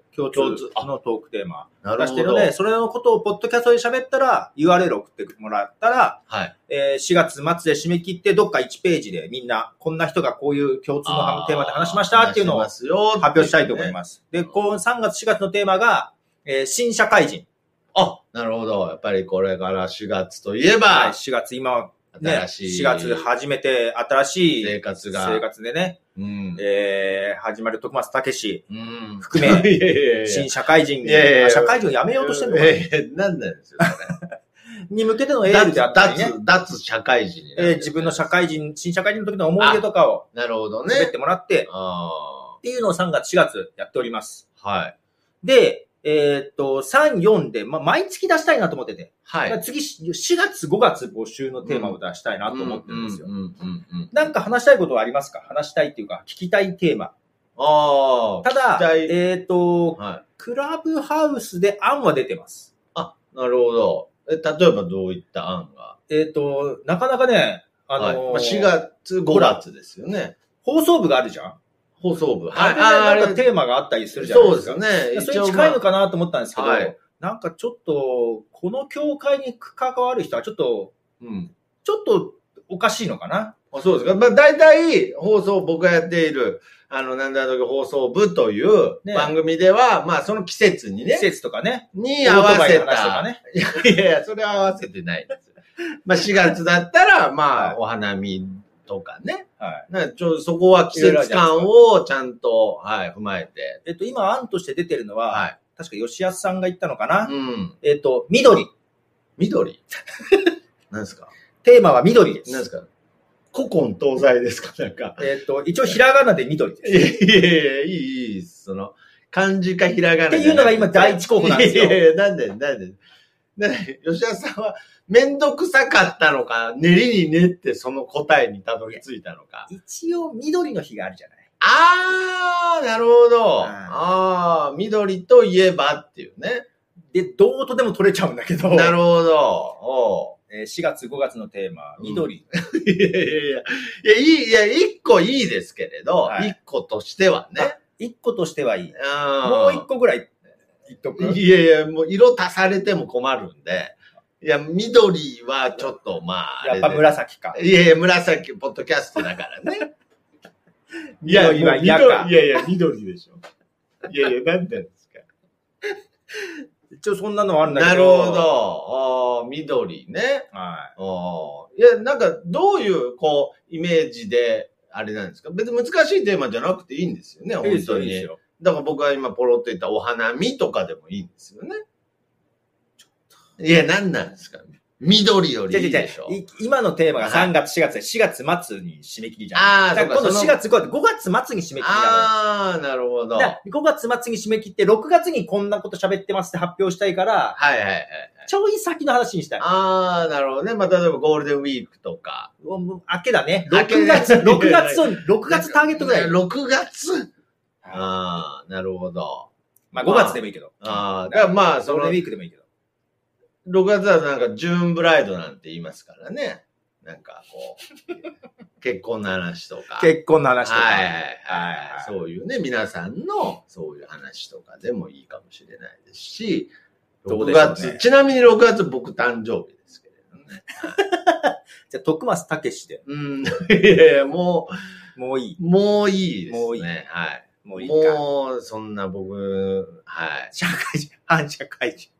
共通のトークテーマ出してるので、それのことをポッドキャストで喋ったら ユーアールエル 送ってもらったら、はい、えー、しがつ末で締め切ってどっかいちページでみんなこんな人がこういう共通のテーマで話しましたっていうのを発表したいと思います。で、こうさんがつしがつのテーマが、えー、新社会人。 あ、なるほど。やっぱりこれからしがつといえば、はい、 しがつ今、ね、新しいしがつ初めて新しい生活が生活でね、うん、えー、始まる徳松武史、うん、含めいやいやいや新社会人、いやいやいや社会人を辞めようとしてるのかな、いやいやなんなんですよに向けてのエールであったりね、 脱脱社会人になる、 えー、自分の社会人新社会人の時の思い出とかをなるほどね喋ってもらって、あっていうのをさんがつしがつやっております。 はい。 でえー、っと、さん、よんで、ま、毎月出したいなと思ってて。はい。次、しがつ、ごがつ募集のテーマを出したいなと思ってるんですよ。なんか話したいことはありますか？話したいっていうか、聞きたいテーマ。ああ。ただ、えー、っと、はい、クラブハウスで案は出てます。 あ、なるほど。え、例えばどういった案が？ えー、っと、なかなかね、あのー、はい、 まあ、しがつ、ごがつですよね。 放送部があるじゃん？ 放送部。 はい。あれ、なんかテーマがあったりするじゃないですか。 そうですね。 それに近いのかなと思ったんですけど、はい、なんかちょっと、この協会に関わる人はちょっと、うん、ちょっとおかしいのかな。 あ、そうですか。まあ、大体、放送、僕がやっている、あの、なんだろう、放送部という番組では、ね、まあ、その季節にね。 季節とかね。 に合わせた。ね、いやいやいや、それは合わせてないです。まあ、しがつだったら、まあ、お花見とかね。はい。なんかちょそこは季節感をちゃんと、はい、踏まえて。 えっと、今、案として出てるのは、はい、確か吉安さんが言ったのかな。うん。えっと、緑。 緑何ですか？ テーマは緑です。 何ですか？古今東西ですか？なんか。 えっと、一応ひらがなで緑です。 いやいやいや、いい、いい、その、漢字かひらがな。 っていうのが今第一候補なんですよ。 いやいや、なんで、なんで。ね、吉田さんはめんどくさかったのか、練りに練ってその答えにたどり着いたのか。 一応緑の日があるじゃない。 あー、なるほど。あー、緑といえばっていうね。 で、どうとでも取れちゃうんだけど。 なるほど。おえー、しがつごがつのテーマ、緑。 うん、いやいやいや。いや、いい、いや、一個いいですけれど、一、はい、個としてはね。 一個としてはいい。もう一個ぐらい言っとく。 いやいや、もう色足されても困るんで。いや、緑はちょっと、まあ。 やっぱ紫か。 いやいや、紫、ポッドキャストだからね。 いや、 緑は嫌か。いやいや、緑でしょ。いやいや、なんでですか。 一応そんなのあるんだけど。 なるほど。あ緑ね。はい。いや、なんか、どういう、こう、イメージで、あれなんですか？別に難しいテーマじゃなくていいんですよね、本当に。いいですよ。だから僕は今ポロッと言ったお花見とかでもいいんですよね。いや、なんなんですかね。緑よりいいでしょ。 今のテーマがさんがつ、しがつで、しがつ末に締め切りじゃん。ああ、だから今度しがつ、ごがつ、ごがつ末に締め切りだから。 ああ、なるほど。 ごがつ末に締め切って、ろくがつにこんなこと喋ってますって発表したいから、 はいはいはい。 ちょい先の話にしたい。 ああ、なるほどね。まあ、例えばゴールデンウィークとか。 明けだね。ろくがつ、ろくがつを、ろくがつターゲットぐらい。 ろくがつああ、なるほど。 まあごがつでもいいけど。 ああ、だからまあ、 その、ゴールデンウィークでもいいけど。 ろくがつはなんか、ジューンブライドなんて言いますからね。なんかこう、結婚の話とか。 結婚の話とか。 はいはいはい。そういうね、皆さんのそういう話とかでもいいかもしれないですし、ろくがつ、ちなみにろくがつ僕誕生日ですけれどね。 じゃあ、徳松武史で。 うん。いやいや、もう、もういい。 もういいですね。 もういい。 はい。 もういいか。 もう、そんな僕、はい。 社会人、反社会人。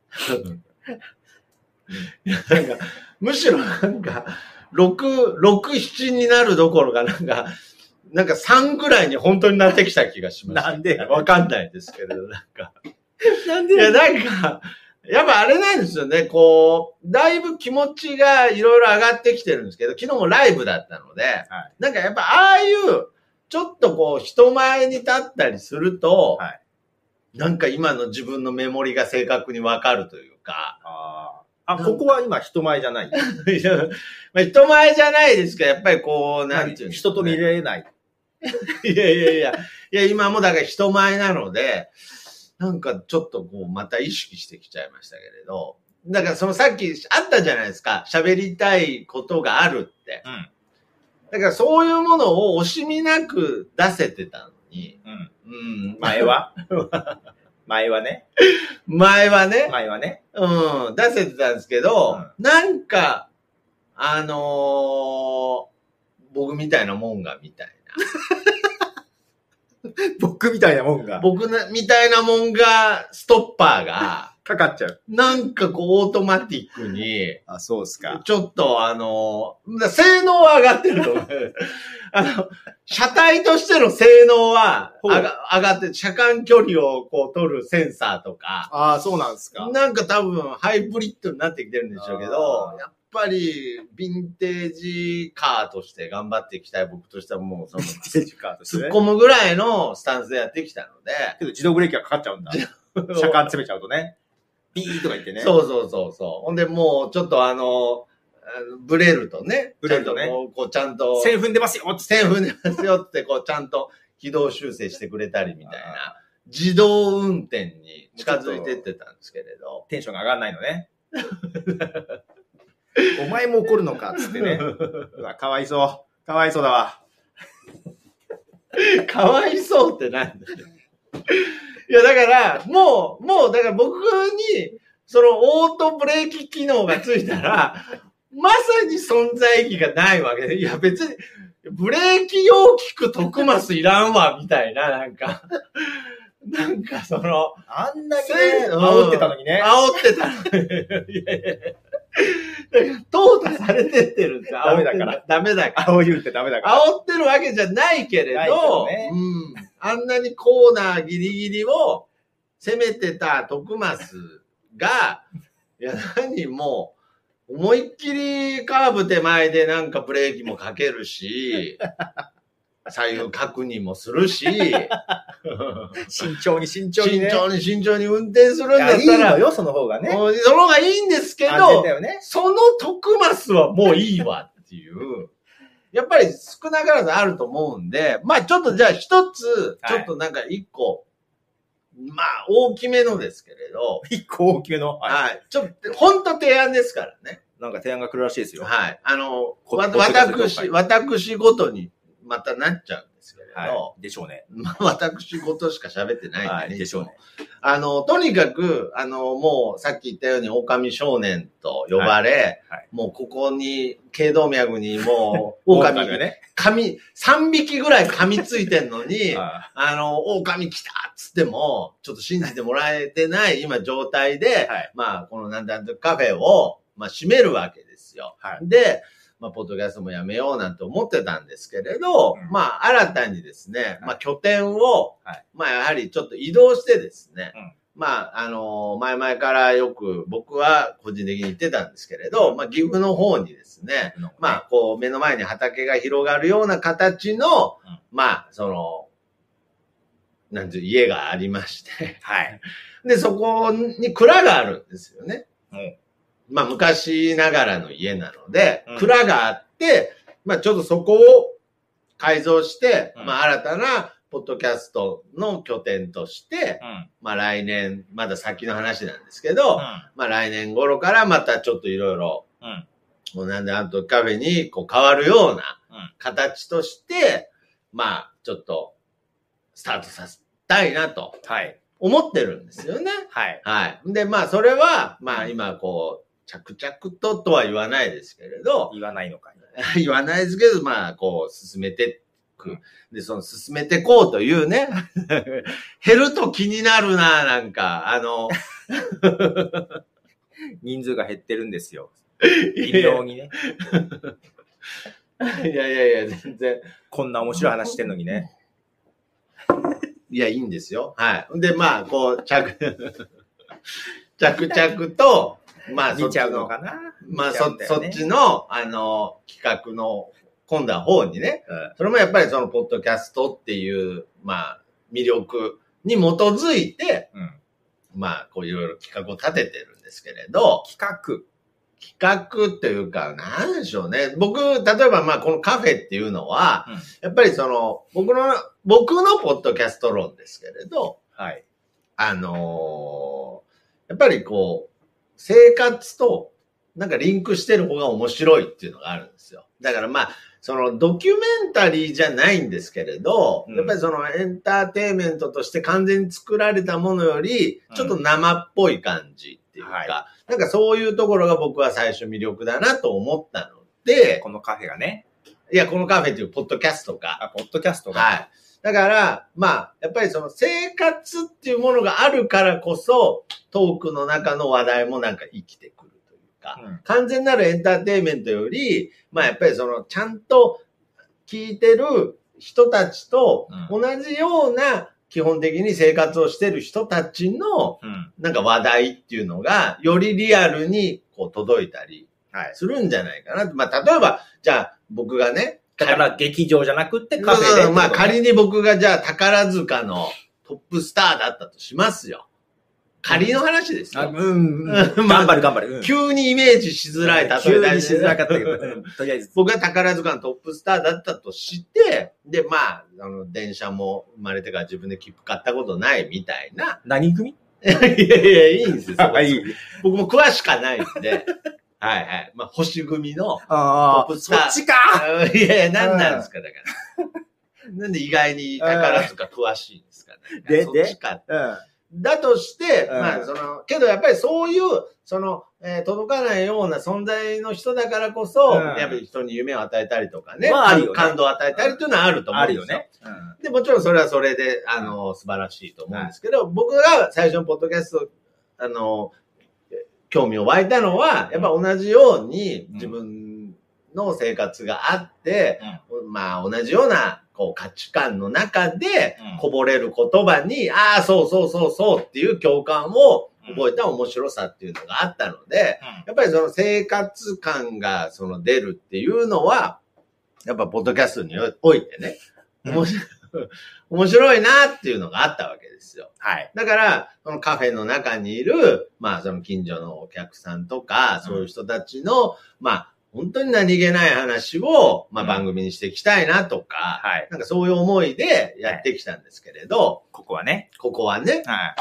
なんか、むしろなんか、ろく、ろく、ななになるどころかなんか、なんかさんぐらいに本当になってきた気がします。 なんでわかんないですけれど、なんか。 なんでいや、なんか、やっぱあれなんですよね、こう、だいぶ気持ちがいろいろ上がってきてるんですけど、昨日もライブだったので、はい、なんかやっぱああいう、ちょっとこう、人前に立ったりすると、はい、なんか今の自分のメモリが正確にわかるというか、 ああ、ここは今人前じゃない。 いや、まあ、人前じゃないですけど、やっぱりこう、なんていう、 ね、人と見れない。 いやいやいや、いや、今もだから人前なので、なんかちょっとこう、また意識してきちゃいましたけれど、だからそのさっきあったじゃないですか、喋りたいことがあるって。うん、だからそういうものを惜しみなく出せてたのに、 うん。うん、前は前はね。 前はね。 前はね。 うん、出せてたんですけど、うん、なんか、あのー、僕みたいなもんが、みたいな。僕みたいなもんが。 僕なみたいなもんが、ストッパーが、 かかっちゃう。 なんかこう、オートマティックに。 あ、そうですか。 ちょっとあの、性能は上がってると思う。あの、車体としての性能は上が上がって、車間距離をこう取るセンサーとか。 ああ、そうなんですか。 なんか多分ハイブリッドになってきてるんでしょうけど、やっぱりヴィンテージカーとして頑張っていきたい僕としてはもうその、 ヴィンテージカーとして、 突っ込むぐらいのスタンスでやってきたので。 けど自動ブレーキがかかっちゃうんだ。車間詰めちゃうとね。ビーとか言ってね。 そうそうそうそう。ほんでもうちょっとあの、ブレるとね。 ブレるとね。 こうちゃんと。 線踏んでますよ線踏んでますよって、こうちゃんと軌道修正してくれたりみたいな。自動運転に近づいてってたんですけれど。 テンションが上がらないのね。お前も怒るのかっつってね。うわ、かわいそう。かわいそうだわ。 かわいそうってなんだよ。いや、だから、もう、もう、だから僕に、そのオートブレーキ機能がついたら、まさに存在意義がないわけで、いや別に、ブレーキ用聞く徳マスいらんわ、みたいな、なんか、なんかその、 あんなにね、煽ってたのにね。 煽ってたのに。いやいやいや。淘汰されてってるんですよ。 ダメだから。 ダメだから。 煽言うってダメだから。 煽ってるわけじゃないけれど、ね、うん。あんなにコーナーギリギリを攻めてた徳マスが、いや、何もう、思いっきりカーブ手前でなんかブレーキもかけるし、左右確認もするし、 慎重に慎重に、ね、 慎重に慎重に運転するんだったら。いいのよ、その方がね。 その方がいいんですけど、 ね、 その徳マスはもういいわっていう。やっぱり少なからずあると思うんで、まあちょっとじゃあ一つ、ちょっとなんか一個、はい、まあ大きめのですけれど。 一個大きめのはい。はい、ちょっと、本当提案ですからね。 なんか提案が来るらしいですよ。 はい。あの、私、私ごとにまたなっちゃうんですけれど。 はい、でしょうね。 まあ私ごとしか喋ってないんでね。 はい、でしょうね。 あの、とにかく、あの、もうさっき言ったように狼少年と呼ばれ、はいはい、もうここに、頸動脈にもう、狼がね、噛み、さんびきぐらい噛みついてんのに、あの、狼来たっつっても、ちょっと信じてもらえてない今状態で、はい、まあ、このなんだんとカフェを、まあ、閉めるわけですよ。はい、で、まあ、ポッドキャストもやめようなんて思ってたんですけれど、うん、まあ、新たにですね、はい、まあ、拠点を、はい、まあ、やはりちょっと移動してですね、うん、まあ、あのー、前々からよく僕は個人的に言ってたんですけれど、まあ、岐阜の方にですね、うん、まあ、こう、目の前に畑が広がるような形の、うん、まあ、その、なんていう家がありまして、はい。で、そこに蔵があるんですよね。うんまあ昔ながらの家なので、うん、蔵があって、まあちょっとそこを改造して、うん、まあ新たなポッドキャストの拠点として、うん、まあ来年、まだ先の話なんですけど、うん、まあ来年頃からまたちょっといろいろ、もうなんであんとカフェにこう変わるような形として、まあちょっとスタートさせたいなと。はい。思ってるんですよね。はい。はい。で、まあそれは、まあ今こう、着々ととは言わないですけれど。 言わないのかい。言わないですけど、まあ、こう、進めてく。で、その、進めてこうというね。減ると気になるな、なんか、あの。 人数が減ってるんですよ。微妙にね。 いやいやいや、全然。 こんな面白い話してんのにね。 いや、いいんですよ。はい。で、まあ、こう、着、着々と、まあ、 見ちゃうのかなまあ、そ、そっちの、あの、企画の、今度は方にね、うん、それもやっぱりその、ポッドキャストっていう、まあ、魅力に基づいて、うん、まあ、こういろいろ企画を立ててるんですけれど、 企画企画っていうか、なんでしょうね。僕、例えばまあ、このカフェっていうのは、うん、やっぱりその、僕の、僕のポッドキャスト論ですけれど、はい。あのー、やっぱりこう、生活と、 なんかリンクしてる方が面白いっていうのがあるんですよ。だからまあ、そのドキュメンタリーじゃないんですけれど、うん、やっぱりそのエンターテインメントとして完全に作られたものより、ちょっと生っぽい感じっていうか、うんはい、なんかそういうところが僕は最初魅力だなと思ったので、 このカフェがね。 いや、このカフェっていうポッドキャストが。 あ、ポッドキャストが。 はい。だから、まあ、やっぱりその生活っていうものがあるからこそ、トークの中の話題もなんか生きてくるというか、うん、完全なるエンターテインメントより、まあやっぱりそのちゃんと聞いてる人たちと同じような基本的に生活をしてる人たちのなんか話題っていうのがよりリアルにこう届いたりするんじゃないかな。まあ例えば、じゃあ僕がね、 だから劇場じゃなくってカフェで、ね。 まあ仮に僕がじゃあ宝塚のトップスターだったとしますよ。仮の話ですよ。 うん。うん、頑張る頑張る、 うん。急にイメージしづらい例え急にしづらかったけど、とりあえず。 僕が宝塚のトップスターだったとして、で、まあ、あの、電車も生まれてから自分で切符買ったことないみたいな。 何組いやいや、いいんですよ。 いい僕も詳しかないんで。はいはい。まあ、星組のトップスター。そっちかいやいや、何なんですか、だから。なんで意外に宝塚詳しいんですかね。 で、 そっちか。うんだとして、うん、まあ、その、けどやっぱりそういう、その、えー、届かないような存在の人だからこそ、うん、やっぱり人に夢を与えたりとかね、まあね、感動を与えたりっていうのはあると思うんですよ。 あるよね。 うん、で、もちろんそれはそれで、あの、素晴らしいと思うんですけど、僕が最初のポッドキャスト、あの、興味を湧いたのは、やっぱ同じように自分の生活があって、うん、まあ、同じような、こう価値観の中でこぼれる言葉に、うん、ああ、そうそうそうそうっていう共感を覚えた面白さっていうのがあったので、うん、やっぱりその生活感がその出るっていうのは、やっぱポッドキャストにおいてね、面白い、うん、面白いなっていうのがあったわけですよ。 はい。 だから、そのカフェの中にいる、まあその近所のお客さんとか、そういう人たちの、まあ、本当に何気ない話を、まあ、番組にしていきたいなとか、うんはい、なんかそういう思いでやってきたんですけれど、はい、 ここはね。 ここはね。 はい、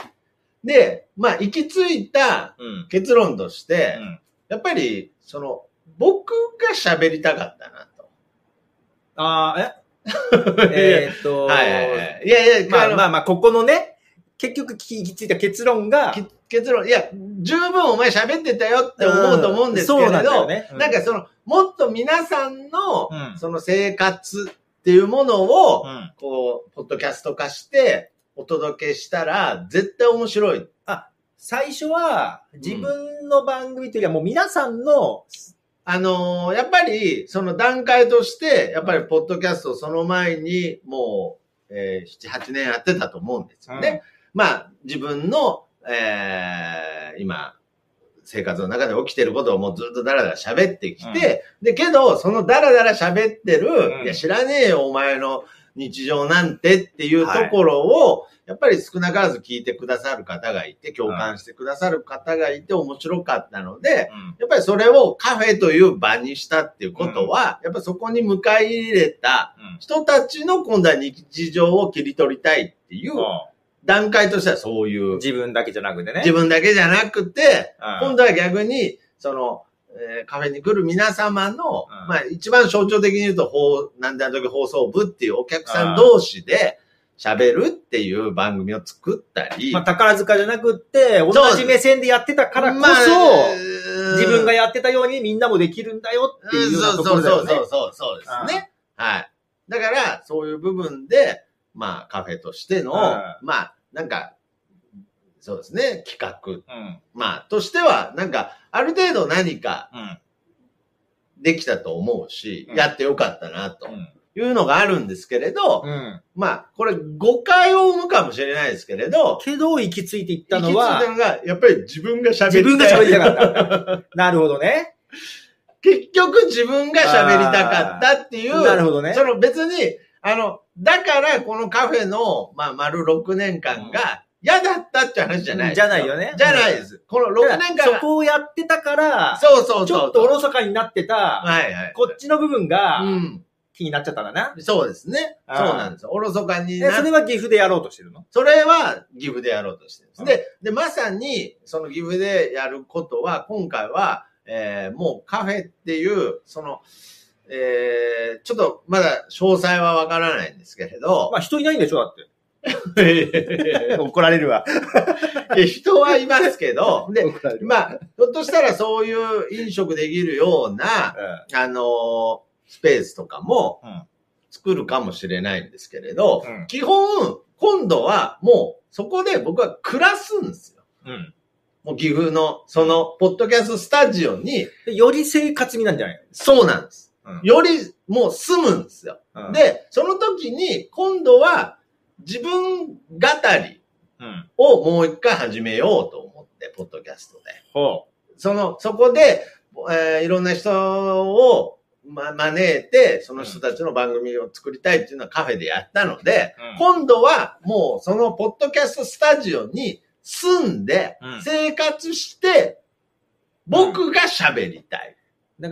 で、まあ、行き着いた結論として、うん、やっぱり、その、僕が喋りたかったなと。 ああ、ええーっと、 はいはいはい。いやいや、 まあまあまあ、ここのね、結局行き着いた結論が、 結論、いや、十分お前喋ってたよって思うと思うんですけれど、うん、そうなんだよね、うん、なんかその、もっと皆さんの、うん、その生活っていうものを、うん、こう、ポッドキャスト化してお届けしたら、絶対面白い。 あ、最初は、自分の番組というよりはもう皆さんの、 あのー、やっぱり、その段階として、やっぱりポッドキャストその前に、もう、えー、なな、はちねんやってたと思うんですよね。まあ、自分の、えー、今、生活の中で起きてることをもうずっとダラダラ喋ってきて、うん、で、けど、そのダラダラ喋ってる、うん、いや、知らねえよ、お前の日常なんてっていうところを、はい、やっぱり少なからず聞いてくださる方がいて、共感してくださる方がいて面白かったので、うん、やっぱりそれをカフェという場にしたっていうことは、うん、やっぱりそこに迎え入れた人たちの今度は日常を切り取りたいっていう、うん段階としてはそういう。 自分だけじゃなくてね。 自分だけじゃなくて、うん、今度は逆に、その、えー、カフェに来る皆様の、うん、まあ一番象徴的に言うと、ほう、なんであの時放送部っていうお客さん同士で喋るっていう番組を作ったり。 まあ宝塚じゃなくって、同じ目線でやってたからこそ、まあ、自分がやってたようにみんなもできるんだよっていうようなところだよね。 そうそうそうそうですね。はい。だから、そういう部分で、まあカフェとしての、まあ、なんか、そうですね、企画。うん、まあ、としては、なんか、ある程度何か、できたと思うし、うん、やってよかったな、というのがあるんですけれど、うん、まあ、これ誤解を生むかもしれないですけれど、 けど、行き着いていったのは、 行き着いたのが、やっぱり自分が喋りたい。 自分が喋りたかった。なるほどね。 結局自分が喋りたかったっていう、 なるほどね。 その別に、あの、だからこのカフェの、まあ、丸ろくねんかんが嫌だったって話じゃないです。 じゃないよね。 じゃないです。このろくねんかん。 そこをやってたから、 そうそうそう。 ちょっとおろそかになってた、 はいはい。 こっちの部分が、気になっちゃったんだな。 そうですね。そうなんです。おろそかにな。 それは岐阜でやろうとしてるの？ それは岐阜でやろうとしてるんです。で、で、まさに、その岐阜でやることは、今回は、 えー、もうカフェっていう、その、えー、ちょっとまだ詳細はわからないんですけれど。 まあ人いないんでしょだって。怒られるわ。 人はいますけど、で、まあ、ひょっとしたらそういう飲食できるような、うん、あの、スペースとかも作るかもしれないんですけれど、うん、基本、今度はもうそこで僕は暮らすんですよ。うん、もう岐阜のそのポッドキャストスタジオに。 より生活になるんじゃない？ そうなんです。うん、よりもう住むんですよ。うん、で、その時に今度は自分語りをもう一回始めようと思って、ポッドキャストで。ほう。その、そこで、えー、いろんな人を、ま、招いて、その人たちの番組を作りたいっていうのはカフェでやったので、うん、今度はもうそのポッドキャストスタジオに住んで、生活して、僕が喋りたい。 だから、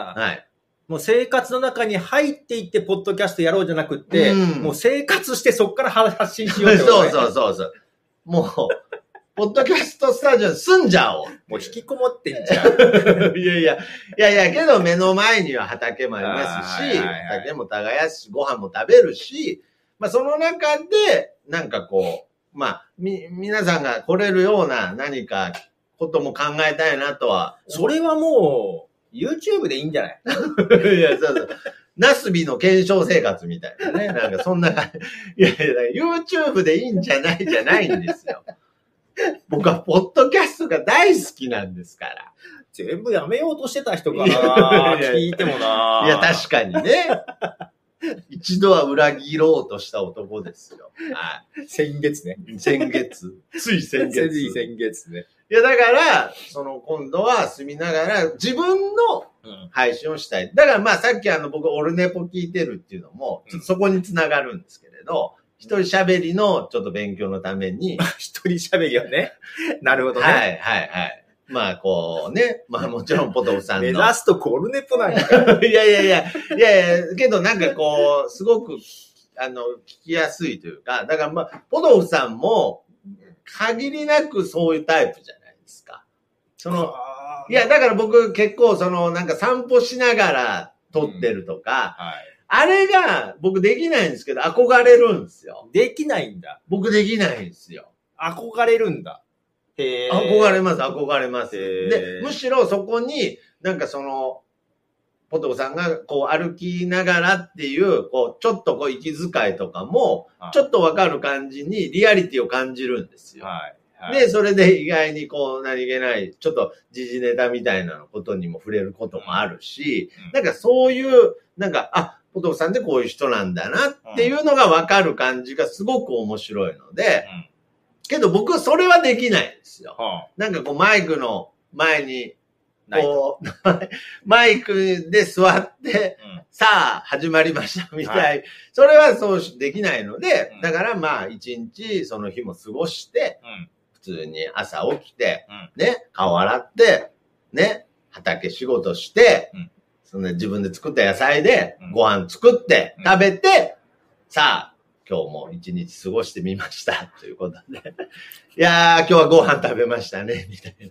はい。もう生活の中に入っていってポッドキャストやろうじゃなくって、うん、もう生活してそっから発信しようってこと、 ね。そうそうそうそう。もう、ポッドキャストスタジオに住んじゃおう。 もう引きこもってんじゃん。 いやいや、いやいや、けど目の前には畑もありますし、畑も耕すし、ご飯も食べるし、まあその中で、なんかこう、まあ、み、皆さんが来れるような何かことも考えたいなとは。 それはもう、YouTube でいいんじゃないいや、そうそう。ナスビの検証生活みたいなね。なんかそんな感じ。いやいや、YouTube でいいんじゃないじゃないんですよ。僕はポッドキャストが大好きなんですから。 全部やめようとしてた人かな聞いてもな。 いや、確かにね。一度は裏切ろうとした男ですよ。 はい。先月ね。 先月。つい先月。 つい先月ね。 いや、だから、その今度は住みながら自分の配信をしたい。だからまあさっきあの僕オルネポ聞いてるっていうのも、ちょっとそこにつながるんですけれど、一人喋りのちょっと勉強のために。 一人喋りをね。なるほどね。 はい、はい、はい。まあこうね、まあもちろんポトフさんの。 目指すとコルネポなんか。 いやいやいや、いやいや、けどなんかこう、すごく、あの、聞きやすいというか、だからまあ、ポトフさんも、限りなくそういうタイプじゃないですか。その、いや、だから僕結構その、なんか散歩しながら撮ってるとか、うんはい、あれが僕できないんですけど、憧れるんですよ。 できないんだ。 僕できないんですよ。 憧れるんだ。 へー。憧れます、憧れます。で、むしろそこに、なんかその、ポトフさんがこう歩きながらっていう、こう、ちょっとこう息遣いとかも、ちょっとわかる感じにリアリティを感じるんですよ。はいはい、で、それで意外にこう何気ない、ちょっと時事ネタみたいなことにも触れることもあるし、うん、なんかそういう、なんか、あ、ポトフさんってこういう人なんだなっていうのがわかる感じがすごく面白いので、うん、けど僕はそれはできないんですよ。うん、なんかこうマイクの前に、こう、マイクで座って、うん、さあ、始まりました、みたい、はい。それはそうできないので、うん、だからまあ、一日その日も過ごして、うん、普通に朝起きて、うん、ね、顔洗って、ね、畑仕事して、うん、その自分で作った野菜でご飯作って、うん、食べて、さあ、今日も一日過ごしてみました、ということで。いやー、今日はご飯食べましたね、みたいな。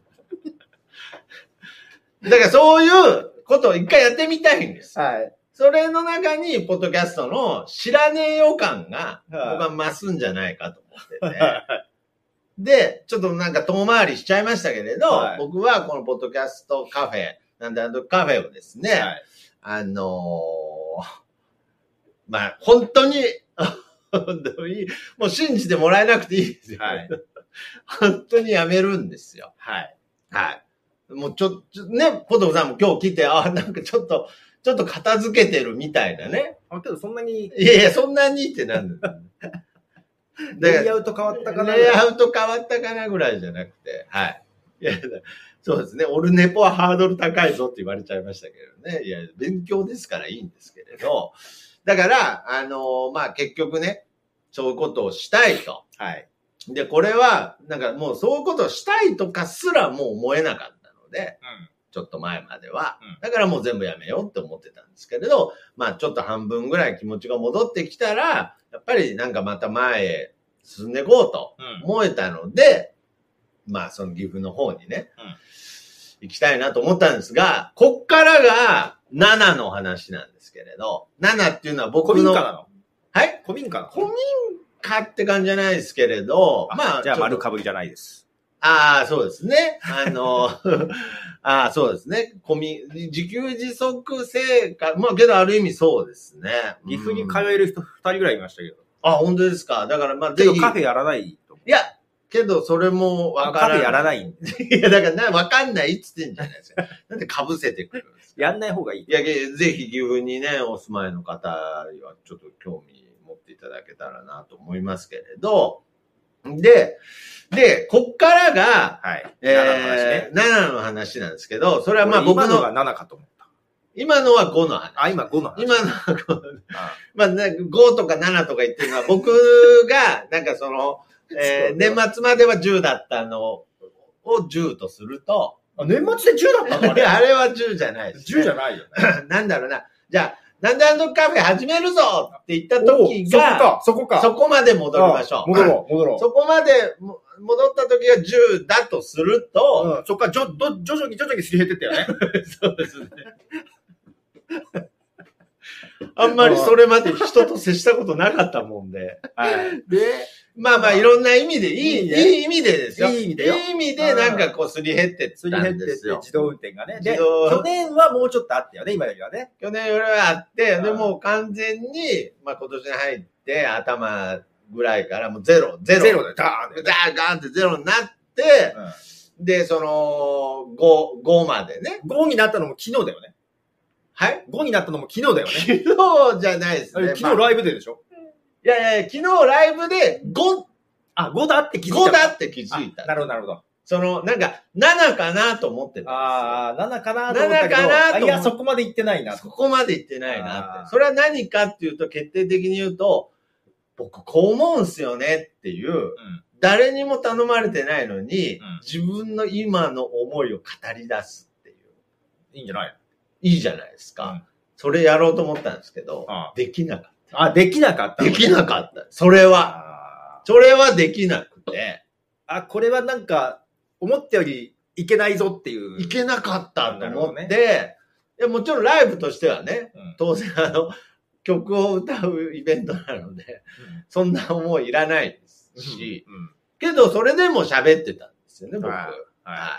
だからそういうことを一回やってみたいんです。はい。それの中に、ポッドキャストの知らねえ予感が、僕は増すんじゃないかと思ってて。で、ちょっとなんか遠回りしちゃいましたけれど、はい、僕はこのポッドキャストカフェ、なんであのカフェをですね、はい、あのー、まあ、本当に、本当に、もう信じてもらえなくていいですよ。はい、本当にやめるんですよ。はい。はい。もうちょ、ちょね、ポトフさんも今日来て、あ、なんかちょっと、ちょっと片付けてるみたいなね。 あ、けどそんなに。 いやいや、そんなにってなんだ。 レイアウト変わったかなレイアウト変わったかなぐらいじゃなくて、はい。いや、そうですね。オルネポはハードル高いぞって言われちゃいましたけどね。いや、勉強ですからいいんですけれど。だから、あのー、まあ、結局ね、そういうことをしたいと。はい。で、これは、なんかもうそういうことをしたいとかすらもう思えなかった。で、うん、ちょっと前までは、うん、だからもう全部やめようって思ってたんですけれど、まあちょっと半分ぐらい気持ちが戻ってきたら、やっぱりなんかまた前へ進んでいこうと思えたので、うん、まあその岐阜の方にね、 行きたいなと思ったんですが、こっからがななの話なんですけれど、ななっていうのは僕の。 古民家なの？ はい？ 古民家なの？ 古民家って感じじゃないですけれど、 あまあ。じゃあ丸かぶりじゃないです。 ああ、そうですね。あの、ああ、そうですね。古民、自給自足生活、まあけどある意味そうですね。 岐阜に通える人ふたりぐらいいましたけど。 あ、本当ですか。だからまあぜひ。カフェやらないと。 いや、けどそれもわからない。 カフェやらない。 いや、だからな、わかんないって言ってんじゃないですか。なんで被せてくるんですか。 やんない方がいい。 いや、ぜひ岐阜にね、お住まいの方はちょっと興味持っていただけたらなと思いますけれど、で、で、こっからが、 はい。 えー、ななの話ね。ななの話なんですけど、それはまあ僕の。 今のがななかと思った。 今のはごの話。 あ、今ごの話。 今のはご。まあ、ごとかななとか言ってるのは、僕が、なんかその、えー、年末まではじゅうだったのをじゅうとすると。 あ、年末でじゅうだったの？ あれあれはじゅうじゃないです、ね。 じゅうじゃないよね。 なんだろうな。じゃあ、なんであのカフェ始めるぞって言った時が、 そこか、そこか。 そこまで戻りましょう。 戻ろう、戻ろう。 そこまで戻った時がじゅうだとすると、 うん、そっか、じょ、ど、徐々に徐々にすり減ってったよね。 そうですね。あんまりそれまで人と接したことなかったもんで。 はい。で、 まあまあいろんな意味で、いい、いい、いい意味でですよ。 いい意味でよ。 いい意味でなんかこうすり減ってったんですよ。 自動運転がね。で、去年はもうちょっとあったよね、今よりはね。 去年よりはあって、でもう完全に、まあ今年に入って頭ぐらいからもうゼロ、ゼロ。 ゼロでダーンで。ダーン、ガーンってゼロになって、うん、で、その、ご、ごまでね。 ごになったのも昨日だよね。 はい ? ご になったのも昨日だよね。 昨日じゃないですね。 昨日ライブででしょ、 まあ、いやいや、昨日ライブでご、 あ、ごだって気づいた。 ごだって気づいた。 なるほど、なるほど。 その、なんか、ななかなと思ってたんですよ。 ああ、ななかなと思ったけど。ななかなと思って。いや、そこまで行ってないな。 そこまで行ってないなって。それは何かっていうと、決定的に言うと、僕こう思うんすよねっていう、うん、誰にも頼まれてないのに、うん、自分の今の思いを語り出すっていう。 いいんじゃない？ いいじゃないですか。うん、それやろうと思ったんですけど、 ああできなかった。 あ、できなかった。 できなかった。それは。それはできなくて。 あ、これはなんか、思ったよりいけないぞっていう。 いけなかったと思って、ね、いやもちろんライブとしてはね、うん、当然あの、曲を歌うイベントなので、うん、そんな思いいらないですし、うんうん、けどそれでも喋ってたんですよね、僕。はい。はい、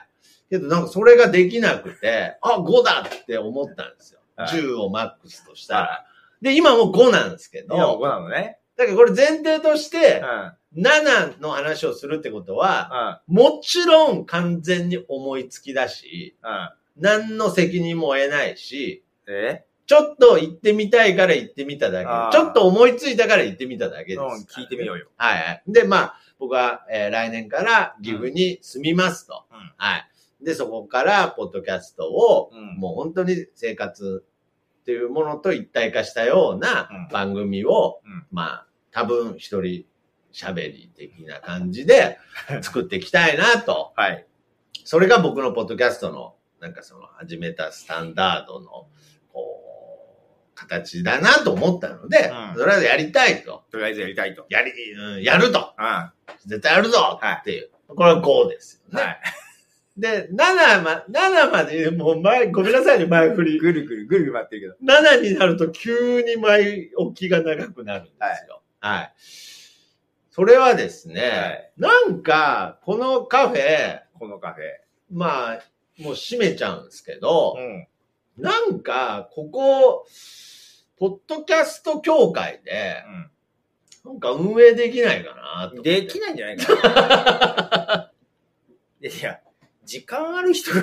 けどなんかそれができなくて、あ、ごだって思ったんですよ。はい、じゅうをマックスとしたら。はい、で、今もごなんですけど。 今もごなのね。 だからこれ前提として、うん、ななの話をするってことは、うん、もちろん完全に思いつきだし、うん、何の責任も得ないし、 えちょっと行ってみたいから行ってみただけ。ちょっと思いついたから行ってみただけです、ね。 うん、聞いてみようよ。 はいはい。で、まあ、僕は、えー、来年から岐阜に住みますと、うん。はい。で、そこから、ポッドキャストを、うん、もう本当に生活っていうものと一体化したような番組を、うん、まあ、多分一人喋り的な感じで作っていきたいなと。 はい。 それが僕のポッドキャストの、なんかその始めたスタンダードの、こう、形だなと思ったので、うん、とりあえずやりたいと。 とりあえずやりたいと。 やり、うん、やると。 うん、 絶対やるぞっていう。はい、これはごですよね。はい。で、ななま、ななまで、もう前、ごめんなさいね、前振り。 ぐるぐる、ぐるぐる回ってるけど。 ななになると急に前置きが長くなるんですよ。はい。はい、それはですね、はい、なんか、このカフェ、 このカフェ。 まあ、もう閉めちゃうんですけど、うん、なんか、ここ、ポッドキャスト協会で、うん、なんか運営できないかなと。 できないんじゃないかな。いや、時間ある人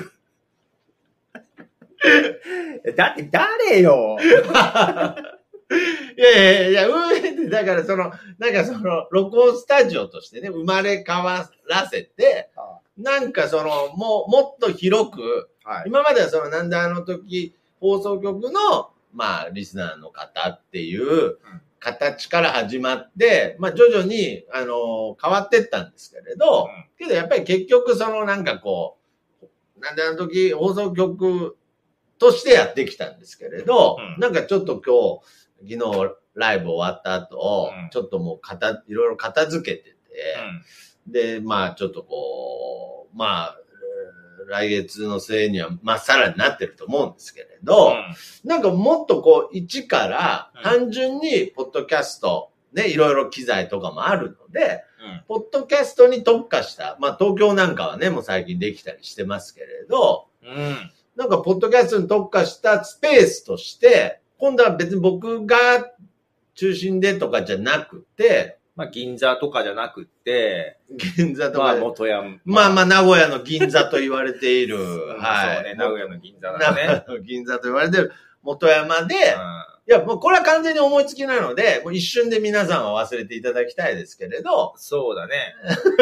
だって誰よいやいやいや、運営って、だからその、なんかその、録音スタジオとしてね、生まれ変わらせて、ああなんかその、もう、もっと広く、はい、今まではその、なんであの時、放送局の、まあ、リスナーの方っていう形から始まって、まあ、徐々に、あの、変わってったんですけれど、うん、けどやっぱり結局その、なんかこう、なんであの時、放送局としてやってきたんですけれど、うん、なんかちょっと今日、昨日ライブ終わった後、うん、ちょっともうかた、いろいろ片付けてて、うん、で、まあちょっとこう、まあ、 来月の末にはまっさらになってると思うんですけれど、うん、なんかもっとこう、一から単純にポッドキャスト、ね、いろいろ機材とかもあるので、うん、ポッドキャストに特化した、まあ東京なんかはね、もう最近できたりしてますけれど、うん、なんかポッドキャストに特化したスペースとして、今度は別に僕が中心でとかじゃなくて、 まあ銀座とかじゃなくて、 銀座とか、 まあ元山、 まあ、まあまあ名古屋の銀座と言われている、 はい。そうね、名古屋の銀座だね。名古屋の銀座と言われている元山で、うん、いやもうこれは完全に思いつきなので、もう一瞬で皆さんは忘れていただきたいですけれど、 そうだね。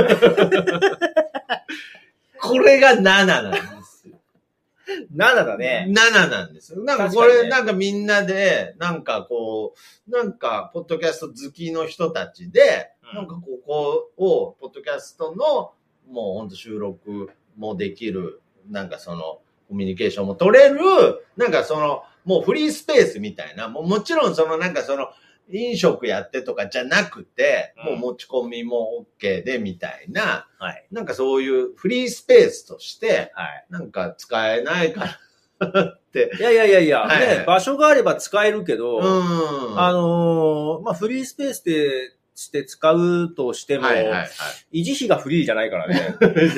これがなななんですよ。 ななだね。 なななんですよ。なんかこれ、ね、なんかみんなで、なんかこう、なんか、ポッドキャスト好きの人たちで、うん、なんかここを、ポッドキャストの、もうほんと収録もできる、なんかその、コミュニケーションも取れる、なんかその、もうフリースペースみたいな、もうもちろんそのなんかその、飲食やってとかじゃなくて、うん、もう持ち込みも OK でみたいな、はい、なんかそういうフリースペースとして、はい、なんか使えないかなって。 いやいやいやいや、はいはい、ね、場所があれば使えるけど、うん、あのー、まあ、フリースペースでして使うとしても、はいはいはい、維持費がフリーじゃないからね。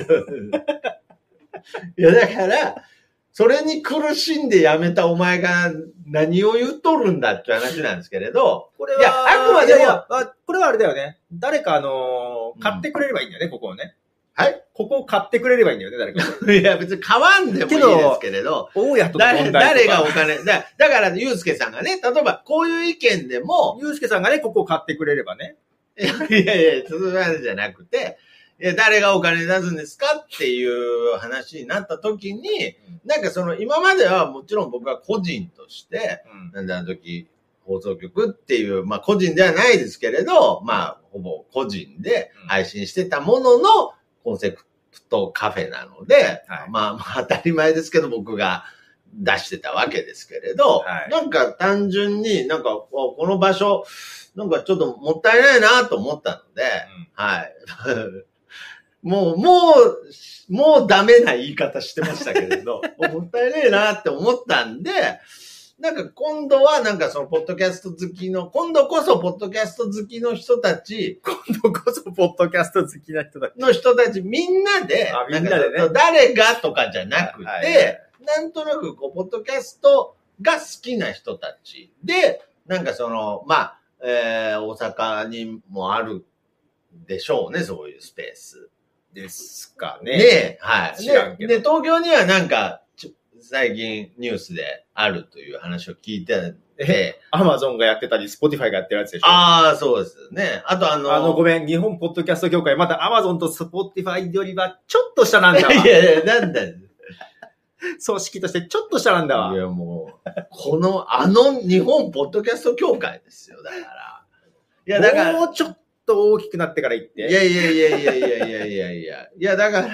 いやだから、それに苦しんでやめたお前が何を言っとるんだって話なんですけれど。 これは、いや、あくまでも、いやいやこれはあれだよね。誰かあのー、買ってくれればいいんだよね、うん、ここをね。 はい。 ここを買ってくれればいいんだよね、誰か。 いや、別に買わんでもいいですけれど。 大家とか問題とか誰がお金、だだから、ゆうすけさんがね、例えばこういう意見でも。 ゆうすけさんがね、ここを買ってくれればね。 いやいやいや、そういう話じゃなくて、いや誰がお金出すんですかっていう話になった時に、なんかその今まではもちろん僕は個人として、うん、なんだあの時放送局っていう、まあ個人ではないですけれど、まあほぼ個人で配信してたもののコンセプトカフェなので、はい、まあまあ当たり前ですけど僕が出してたわけですけれど、はい、なんか単純になんかこの場所、なんかちょっともったいないなと思ったので、うん、はい。もう、もう、もうダメな言い方してましたけれど、もったいねえなって思ったんで、なんか今度はなんかそのポッドキャスト好きの、今度こそポッドキャスト好きの人たち、 今度こそポッドキャスト好きな人たちの人たちみんなで、 みんなでね、 誰がとかじゃなくて、はいはい、なんとなくこう、ポッドキャストが好きな人たちで、なんかその、まあ、えー、大阪にもあるでしょうね、そういうスペース。 ですかね。 ねはい。知らんけど。で、東京にはなんか、最近ニュースであるという話を聞いてて。 アマゾンがやってたり、スポティファイがやってるやつでしょ。 ああ、そうですね。あとあの、 あの、ごめん、日本ポッドキャスト協会、またアマゾンとスポティファイよりはちょっと下なんだわ。 いやいや、なんだよ。 組織としてちょっと下なんだわ。 いや、もう、この、あの日本ポッドキャスト協会ですよ、だから。 いや、だから。もうちょっと大きくなってから言って。 いやいやいやいやいやいやいやいや。いや、だから、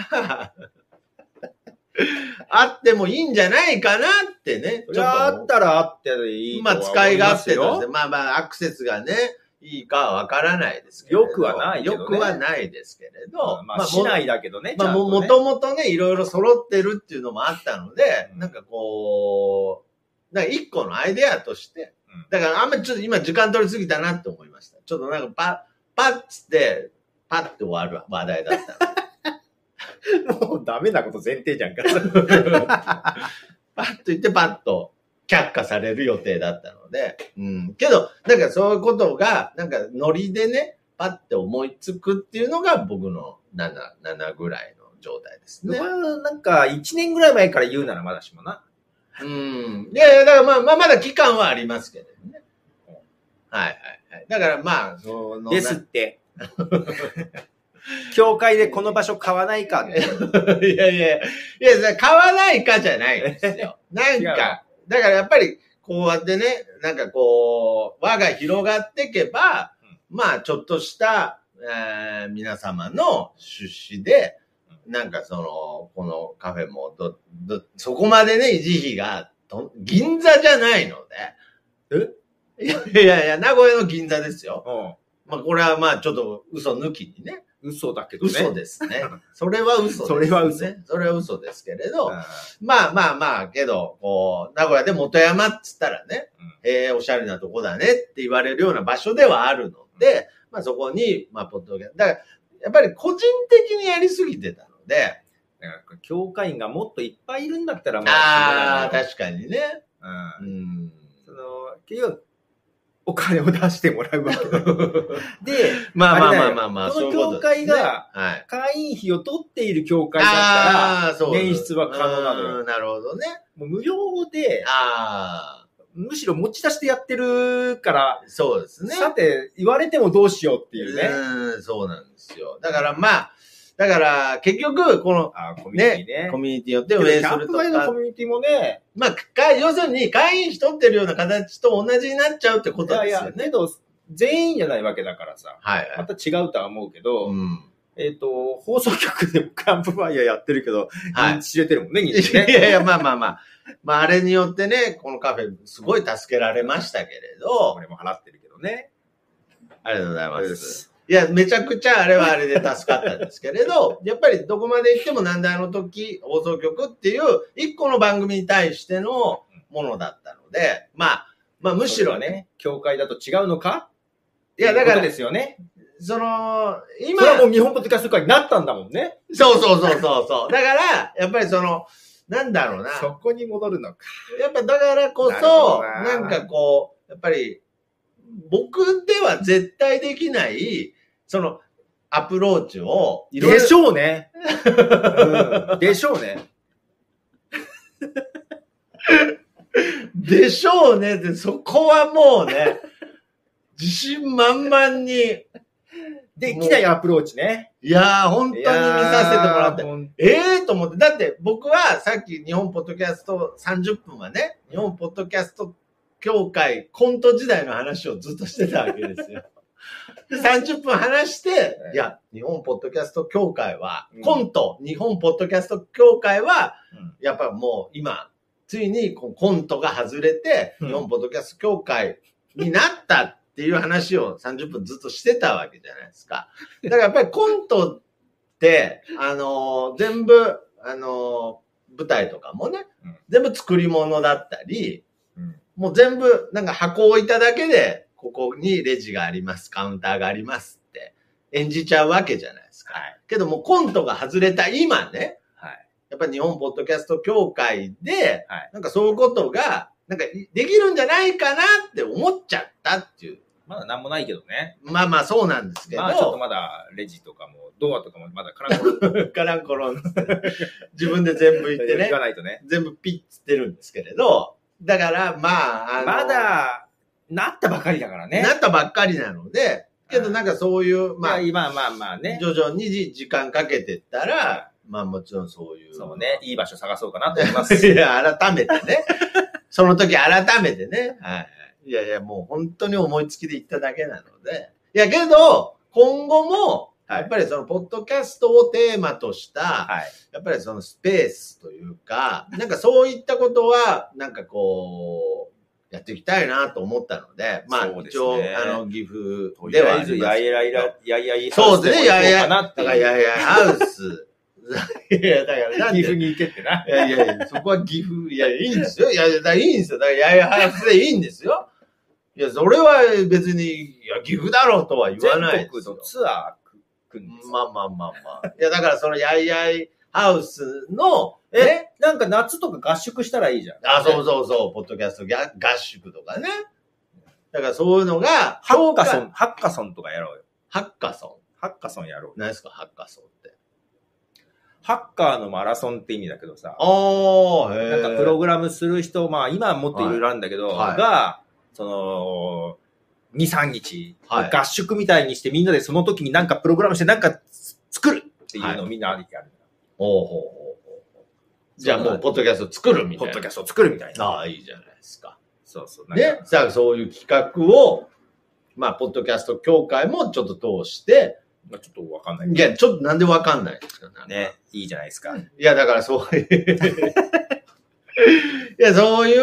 あってもいいんじゃないかなってね。 ちょっとあったらあっていいとは思いますよ。 まあ、使い勝手として、まあまあ、アクセスがね、いいかはわからないですけど。 よくはないけどね。 よくはないですけれど。 まあ、市内だけどね。 まあ、もともとね、いろいろ揃ってるっていうのもあったので、うん、なんかこう、なんか一個のアイデアとして、うん、だからあんまりちょっと今時間取りすぎたなって思いました。ちょっとなんかパッ、パッつって、パッて終わる話題だったの。もうダメなこと前提じゃんか。 パッと言ってパッと却下される予定だったので。うん。けど、なんかそういうことが、なんかノリでね、パッて思いつくっていうのが僕のなな、ななぐらいの状態ですね。 まあ、なんかいちねんぐらい前から言うならまだしもな。 うん。いやいや、だからまあ、まあ、まだ期間はありますけどね。はいはいはい。だからまあ、その。 ですって。教会でこの場所買わないかって。 いやいや、いや、買わないかじゃないんですよ。なんか、だからやっぱり、こうやってね、なんかこう、輪が広がっていけば、うん、まあ、ちょっとした、えー、皆様の出資で、なんかその、このカフェもど、ど、そこまでね、維持費が、銀座じゃないので。えいやいやいや、名古屋の銀座ですよ。うん、まあ、これはまあ、ちょっと嘘抜きにね。 嘘だけどね。 嘘ですね。それは嘘です、ね。 それは嘘。 それは嘘ですけれど、うん、まあまあまあ、けど、こう、名古屋で元山っつったらね、うん、えー、おしゃれなとこだねって言われるような場所ではあるので、まあそこに、まあ、ポッドキャスト、だから、やっぱり個人的にやりすぎてたので、 だから教会員がもっといっぱいいるんだったら、 まあ、ああ、確かにね。 うん。うん、その、結局、お金を出してもらうわけだ。で、 まあまあまあまあまあ、 この教会が会員費を取っている教会だったら、捻出は可能なのよ。 なるほどね。 もう無料で、あむしろ持ち出してやってるから、 そうですね。 さて、言われてもどうしようっていうね。 うん、そうなんですよ。だからまあ、だから、結局、この、 あコミュニティね、 ね、コミュニティよって運営するとか。キャンプ外のコミュニティもね、 まあ、要するに会員費取ってるような形と同じになっちゃうってことですよね。いやいや、 けど、全員じゃないわけだからさ。 はい、はい。 また違うとは思うけど、 うん、 えっ、ー、と、放送局でもキャンプファイヤーやってるけど、はい。知れてるもんね、 ね。いやいや、まあまあまあ。まあ、あれによってね、このカフェ、すごい助けられましたけれど。 俺も払ってるけどね。 ありがとうございます。いや、めちゃくちゃあれはあれで助かったんですけれど、やっぱりどこまで行ってもなんであの時、放送局っていう一個の番組に対してのものだったので、まあ、まあむしろね、 教会だと違うのかいや、だから、 ですよね。 その、今。 それはもう日本ポッドキャスト会になったんだもんね。 そうそうそうそうそう。だから、やっぱりその、なんだろうな。 そこに戻るのか。 やっぱだからこそ、な, なんかこう、やっぱり、僕では絶対できない、その、アプローチをいろいろ。でしょうね。うん、でしょうね。 でしょうねって、そこはもうね、自信満々に。 できないアプローチね。 いやー、本当に見させてもらって。ええーと思って。だって僕はさっき日本ポッドキャストさんじゅっぷんはね、日本ポッドキャスト協会コント時代の話をずっとしてたわけですよ。さんじゅっぷん話して、いや、日本ポッドキャスト協会は、うん、コント、日本ポッドキャスト協会は、うん、やっぱもう今、ついにコントが外れて、うん、日本ポッドキャスト協会になったっていう話をさんじゅっぷんずっとしてたわけじゃないですか。だからやっぱりコントって、あのー、全部、あのー、舞台とかもね、うん、全部作り物だったり、うん、もう全部なんか箱を置いただけで、ここにレジがあります、カウンターがありますって演じちゃうわけじゃないですか。はい、けどもコントが外れた今ね、はい、やっぱり日本ポッドキャスト協会で、はい、なんかそういうことが、なんかできるんじゃないかなって思っちゃったっていう。 まだなんもないけどね。 まあまあそうなんですけど。 まあちょっとまだレジとかもドアとかもまだカランコロン。 カランコロン自分で全部言ってね。 言わないとね。 全部ピッつってるんですけれど。だからまあ、あのまだ、なったばかりだからね。 なったばっかりなので、けどなんかそういう、 まあ、まあまあまあね。 徐々に時間かけてったら、まあもちろんそういう。 そうね。いい場所探そうかなと思います。 いや、改めてね。その時改めてね。はい。いやいや、もう本当に思いつきで言っただけなので。いや、けど、今後も、やっぱりその、ポッドキャストをテーマとした、はい、やっぱりそのスペースというか、なんかそういったことは、なんかこう、やっていきたいなと思ったので、まあ、ね、一応、あの、岐阜ではあります。 やいやいや、やいやいそうですね、やいや、だからやいやハウス。いや、だからなんで。 岐阜に行けってな。 いやいやいや、そこは岐阜、いや、いいんですよ。いや、だからいいんですよ。だからやいやハウスでいいんですよ。いや、それは別に、いや、岐阜だろうとは言わないですよ。 全国のツアー組んです。 まあまあまあまあ。いや、だからそのやいやいハウスの、 え、なんか夏とか合宿したらいいじゃん。 あ、そうそうそう、ポッドキャスト合宿とかね。だからそういうのが、 ハッカソン、ハッカソンとかやろうよ。 ハッカソンハッカソンやろう。 何ですか、ハッカソンって。 ハッカーのマラソンって意味だけどさ。 ああ、へえ。 なんかプログラムする人、まあ今はもっといろいろあるんだけど、はい、が、その、に、さんにち、はい、合宿みたいにしてみんなでその時になんかプログラムしてなんか作るっていうのをみんなありやる。 おうほうほう。じゃあもう、ポッドキャスト作るみたいな。 ポッドキャスト作るみたいな。 ああ、いいじゃないですか。 そうそう。 で、さあそういう企画を、まあ、ポッドキャスト協会もちょっと通して、 まあ、ちょっとわかんない。 いや、ちょっとなんでわかんないんですかね。いいじゃないですか。 いや、だからそういう、いや、そういう、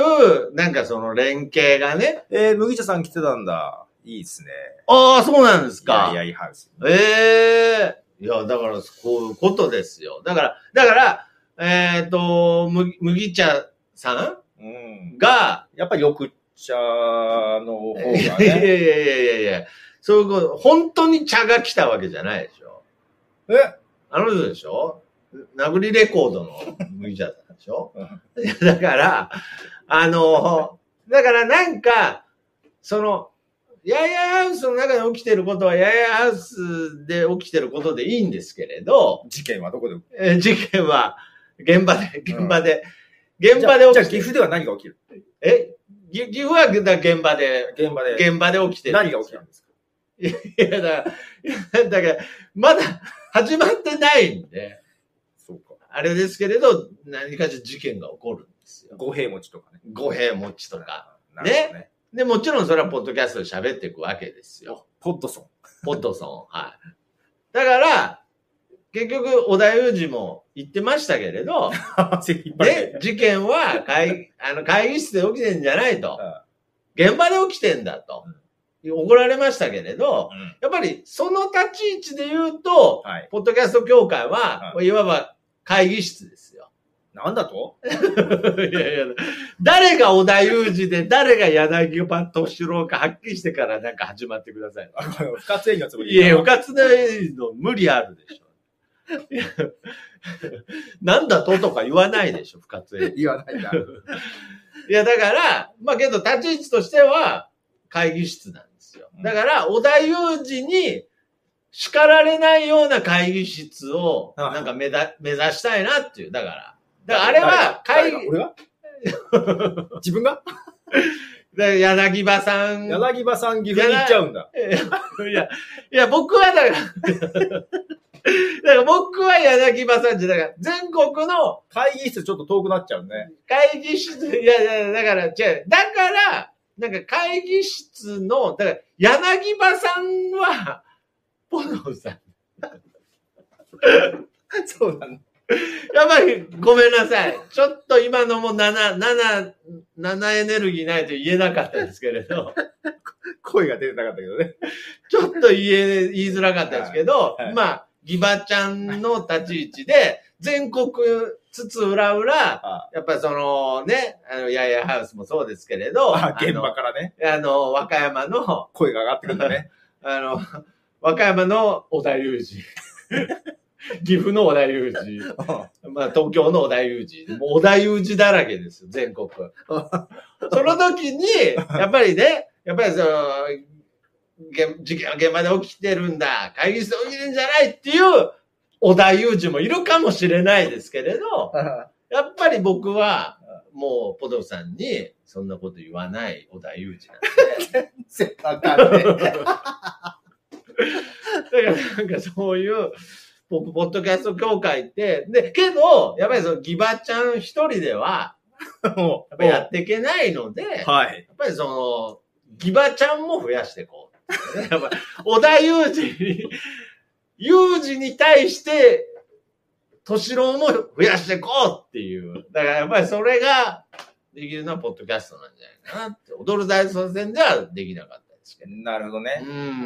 なんかその連携がね。 えー、麦茶さん来てたんだ。いいですね。 ああ、そうなんですか。 やいやいハウス。 ええー。 いや、だから、こういうことですよ。だから、だから、えっ、ー、と、麦、麦茶さんが、 うん、やっぱり緑茶の方がね。いやいやいやいやいや、そういうこと、本当に茶が来たわけじゃないでしょ。 えあの人でしょ殴りレコードの麦茶さんでしょだから、あの、だからなんか、その、ヤーヤーハウスの中で起きてることはヤーヤーハウスで起きてることでいいんですけれど、 事件はどこでえ事件は現場で、現場で、うん、現場で起きてる。 じゃあ岐阜では何が起きるえ岐阜は現場で、 現場で、 現場で起きてる。 何が起きるんですかいや、だから、だから、まだ始まってないんで、 そうか。 あれですけれど、何かしら事件が起こるんですよ。 五平餅とかね。 五平餅とか。 ね。 ね。で、もちろんそれはポッドキャストで喋っていくわけですよ。 ポッドソン。 ポッドソン。はい。だから、結局、織田裕二も言ってましたけれど、ね、事件は会、あの会議室で起きてんじゃないと。現場で起きてんだと。怒られましたけれど、うん、やっぱりその立ち位置で言うと、はい、ポッドキャスト協会は、はい、いわば会議室ですよ。 なんだといやいや、誰が織田裕二で誰が柳葉敏郎かはっきりしてからなんか始まってください。 不活演技のつもり。 いや、不活演の無理あるでしょ。いやなんだととか言わないでしょ、不活演技。 言わないんだ。 いや、だから、まあけど立ち位置としては会議室なんですよ。だから、織田裕二に叱られないような会議室をなんか目だ目指したいなっていう。だから、だからあれは会議、 俺が自分が柳葉さん。 柳葉さん岐阜に行っちゃうんだ。 いや、いや、僕はだから、だから僕は柳葉さんじゃ、だから全国の会議室ちょっと遠くなっちゃうね。 会議室、いやいや、だから、違う。だから、なんか会議室の、だから柳葉さんは、ポノさん。 そうなんだ。 やっぱりごめんなさい。ちょっと今のもなな、なな、ななエネルギーないと言えなかったですけれど。 声が出てなかったけどね。 ちょっと言え、言いづらかったですけど、はいはい、まあ、ギバちゃんの立ち位置で、全国つつ裏裏、やっぱりそのね、あの、ヤーヤーハウスもそうですけれど、 あ現場からね。 あの、和歌山の、 声が上がってくるんだね。 あの、和歌山の織田裕二。岐阜の織田裕二。まあ、東京の織田裕二。もう織田裕二だらけですよ、全国。その時に、やっぱりね、やっぱりその、事件は現場で起きてるんだ、会議室で起きてるんじゃないっていう織田裕二もいるかもしれないですけれど、やっぱり僕は、もう、ポドさんに、そんなこと言わない織田裕二なんで。 全然わかんない。だからなんかそういう、僕、ポッドキャスト協会って、で、けど、やっぱりそのギバちゃん一人では、やっぱやっていけないので、 はい。 やっぱりその、ギバちゃんも増やしていこう。やっぱり、織田裕二に、裕二に対して、敏郎も増やしていこうっていう。だからやっぱりそれが、できるのはポッドキャストなんじゃないかなって。踊る大捜戦ではできなかったですけど。 なるほどね。 うん。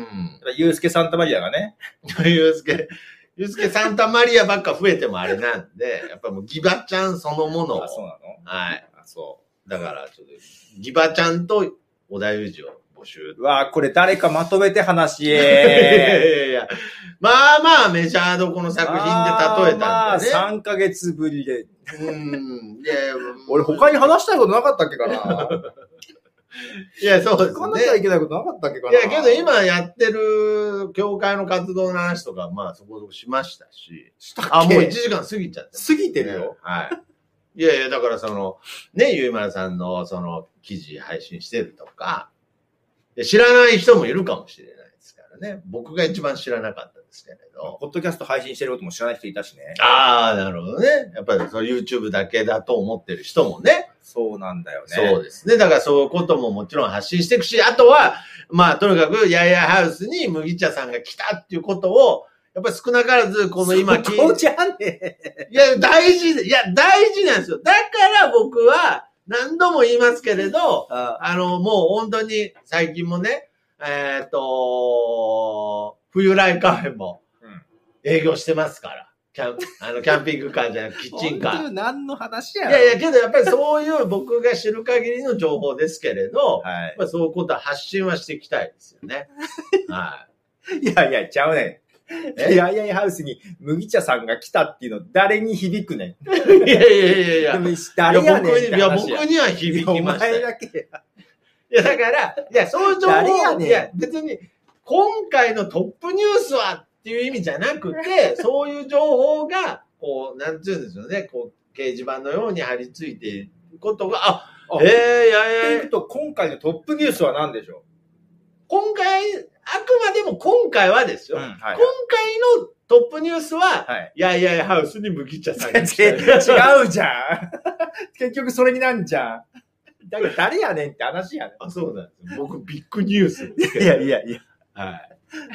ユースケ・サンタマリアがね。 ユースケ、ユースケ・サンタマリアばっか増えてもあれなんで、やっぱりもうギバちゃんそのものを。 あ、そうなの？ はい。 あ、そう。 だからちょっと、ギバちゃんと織田裕二を募集。 うわぁ、これ誰かまとめて話。いやいやいや。まあまあメジャーどこの作品で例えたんだね。まあさんかげつぶりで。 うん。で、 俺他に話したいことなかったっけかな。 いや、そうですね。 聞かなきゃいけないことなかったっけかな。 いや、けど今やってる教会の活動の話とか、まあそこそこしましたし。 したっけ？ あ、もういちじかん過ぎちゃった、 ね。過ぎてるよ。 はい。いやいや、だからその、ね、ゆいまるさんのその記事配信してるとか、知らない人もいるかもしれないですからね。僕が一番知らなかったですけれど。 ポッドキャスト配信してることも知らない人いたしね。 ああ、なるほどね。やっぱりその YouTube だけだと思ってる人もね。 そうなんだよね。 そうですね。だからそういうことももちろん発信していくし、あとは、まあとにかくヤーヤーハウスに麦茶さんが来たっていうことを、やっぱり少なからずこの今聞いて。 そうじゃねえ。 いや、大事で、いや、大事なんですよ。だから僕は何度も言いますけれど、あ, あの、もう本当に最近もね、えっ、ー、と、冬来カフェも、 営業してますから。キャン、あの、キャンピングカーじゃなくキッチンカー。 何の話やいやいや、けどやっぱりそういう僕が知る限りの情報ですけれど、はい、まあ、そういうことは発信はしていきたいですよね。はい。 いやいや、ちゃうねん。いやいやいやハウスに麦茶さんが来たっていうの誰に響くねん。 いやいやいやいや。 でも誰やねんって話や。 いや、僕には響きました。 お前だけや。 いや、だから、いや、そういう情報誰やねん。 いや、別に、今回のトップニュースはっていう意味じゃなくて、そういう情報が、こう、なんていうんですよね、こう、掲示板のように貼り付いていることが、あ、あええー、いやいや。 というと、今回のトップニュースは何でしょう？ 今回、あくまでも今回はですよ。うんはいはい、今回のトップニュースは、はい、いやいやいやハウスに麦茶さんが来た。 違うじゃん。結局それになんじゃん。だから誰やねんって話やねん。 あ、そうなんですよ。僕ビッグニュースですけど。 いやいやいや。 はい。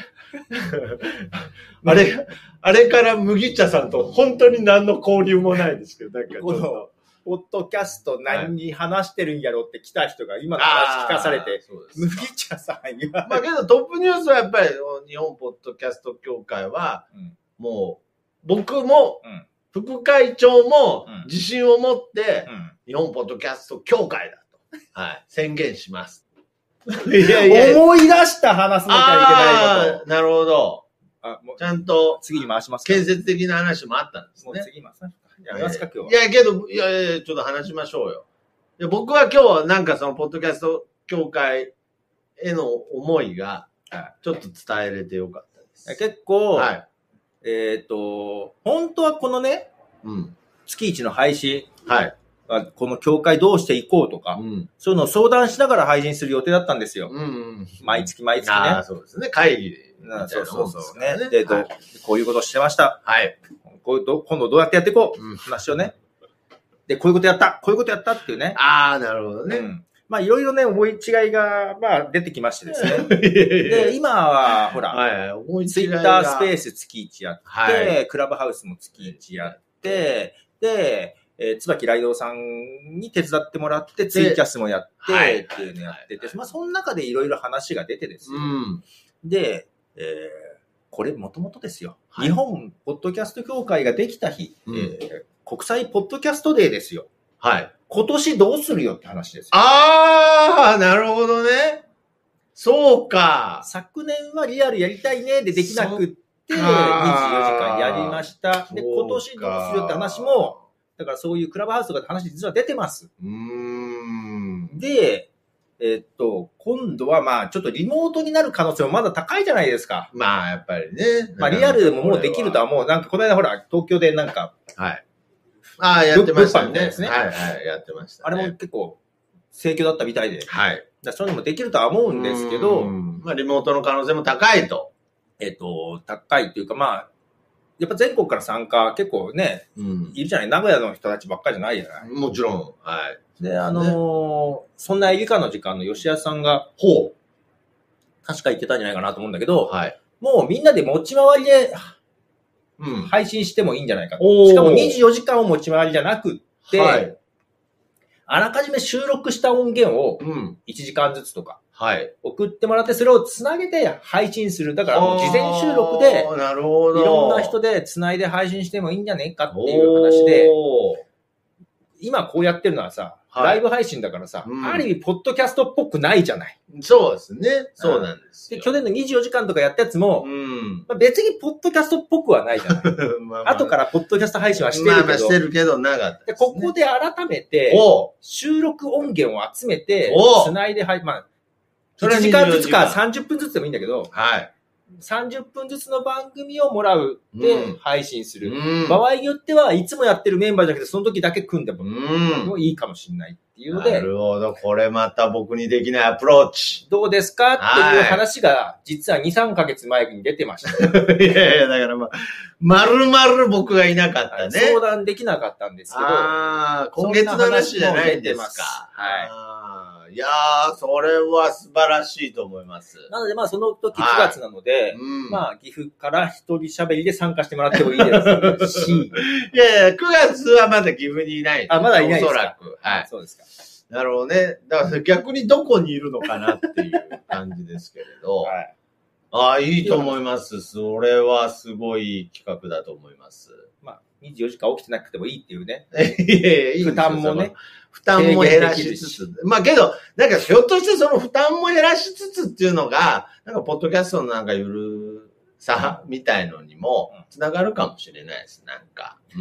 あれ、あれから麦茶さんと本当に何の交流もないですけど、なんかこの、ポッドキャスト何話してるんやろって来た人が今の話聞かされて、麦茶さん言われまあけどトップニュースはやっぱり日本ポッドキャスト協会は、うん、もう僕も、うん、副会長も自信を持って、うん、日本ポッドキャスト協会だと、はい、宣言します。 いやいや思い出した話さなきゃいけないこと。 なるほど。あもうちゃんと次に回しますか。 建設的な話もあったんですね。もう次回すか。やめますか今日は。 いやけどいやいやちょっと話しましょうよ。いや僕は今日はなんかそのポッドキャスト協会への思いがちょっと伝えれてよかったです。 結構、はい、えっ、ー、と本当はこのね、うん、月一の配信。はい。この協会どうしていこうとか、うん、そういうのを相談しながら配信する予定だったんですよ。うんうん、毎月毎月ね。 あそうですね。会議みたいな、ね。そうそうそうね。で、はい、こういうことしてました。 はい。 こうど今度どうやってやっていこう、うん、話をね。で、こういうことやった、こういうことやったっていうね。 ああ、なるほどね。うん、 まあ、いろいろね、思い違いが、まあ、出てきましてですね。で、今は、ほら、はいはい、ツイッタースペース月いちやって、はい、クラブハウスも月いちやって、で、えー、椿ライドウさんに手伝ってもらって、ツイキャスもやって、はい、っていうのやってて、まあ、その中でいろいろ話が出てですよ。うん、で、えー、これもともとですよ、はい。日本ポッドキャスト協会ができた日、うん、えー、国際ポッドキャストデーですよ。 はい。 今年どうするよって話ですよ。 ああ、なるほどね。そうか。 昨年はリアルやりたいねでできなくって、にじゅうよじかんやりました。で、今年どうするよって話も、だからそういうクラブハウスとかって話実は出てます。うーんで、えー、っと、今度はまあちょっとリモートになる可能性もまだ高いじゃないですか。 まあやっぱりね。 まあリアルでももうできるとはもうなんかこの間ほら東京でなんか。 はい。ああ、やってましたね。ですね。はいはい、やってました、ね。 あれも結構盛況だったみたいで。 はい。 だそういうのもできるとは思うんですけど。 まあリモートの可能性も高いと。 えー、っと、高いっていうかまあ、やっぱ全国から参加結構ね、うん、いるじゃない。名古屋の人たちばっかりじゃないじゃない。 もちろん。はい。 で、あのーね、そんな理科の時間の吉谷さんが、ほう。確か言ってたんじゃないかなと思うんだけど、はい。もうみんなで持ち回りで、うん、配信してもいいんじゃないかと。しかもにじゅうよじかんを持ち回りじゃなくって、はい。あらかじめ収録した音源をいちじかんずつとか、はい。送ってもらって、それをつなげて配信する。だからもう事前収録で、 なるほど。 いろんな人でつないで配信してもいいんじゃねえかっていう話で、今こうやってるのはさ、はい、ライブ配信だからさ、うん、ある意味ポッドキャストっぽくないじゃない。 そうですね。そうなんですよ。 で、去年のにじゅうよじかんとかやったやつも、うんまあ、別にポッドキャストっぽくはないじゃない。まあまあ、後からポッドキャスト配信はしてるけど。まあまあしてるけどなかったで、ね。ここで改めて、収録音源を集めて、つないで、はい、まあ、いちじかんずつかさんじゅっぷんずつでもいいんだけど、はい。さんじゅっぷんずつの番組をもらうで配信する、うん。場合によってはいつもやってるメンバーじゃなくてその時だけ組んでもいいかもしれないっていうので。 なるほど。これまた僕にできないアプローチ。 どうですかっていう話が実はに、さんかげつまえに出てました。 いやいや、だからまあ、まるまる僕がいなかったね。 相談できなかったんですけど。 ああ、今月の話じゃないんですか。はい。いやー、それは素晴らしいと思います。 なのでまあその時くがつなので、はいうん、まあ岐阜から一人喋りで参加してもらってもいいですし。 いやいや、くがつはまだ岐阜にいない。 あ、まだいないですか。おそらく。はい。 そうですか。 なるほどね。だから逆にどこにいるのかなっていう感じですけれど。はい。 ああ、いいと思います。それはすごい企画だと思います。 まあ、にじゅうよじかん起きてなくてもいいっていうね。 いやいやいい負担もね。 負担も減らしつつ。まあけど、なんかひょっとしてその負担も減らしつつっていうのが、なんかポッドキャストのなんかゆるさみたいのにもつながるかもしれないです。なんか。うん。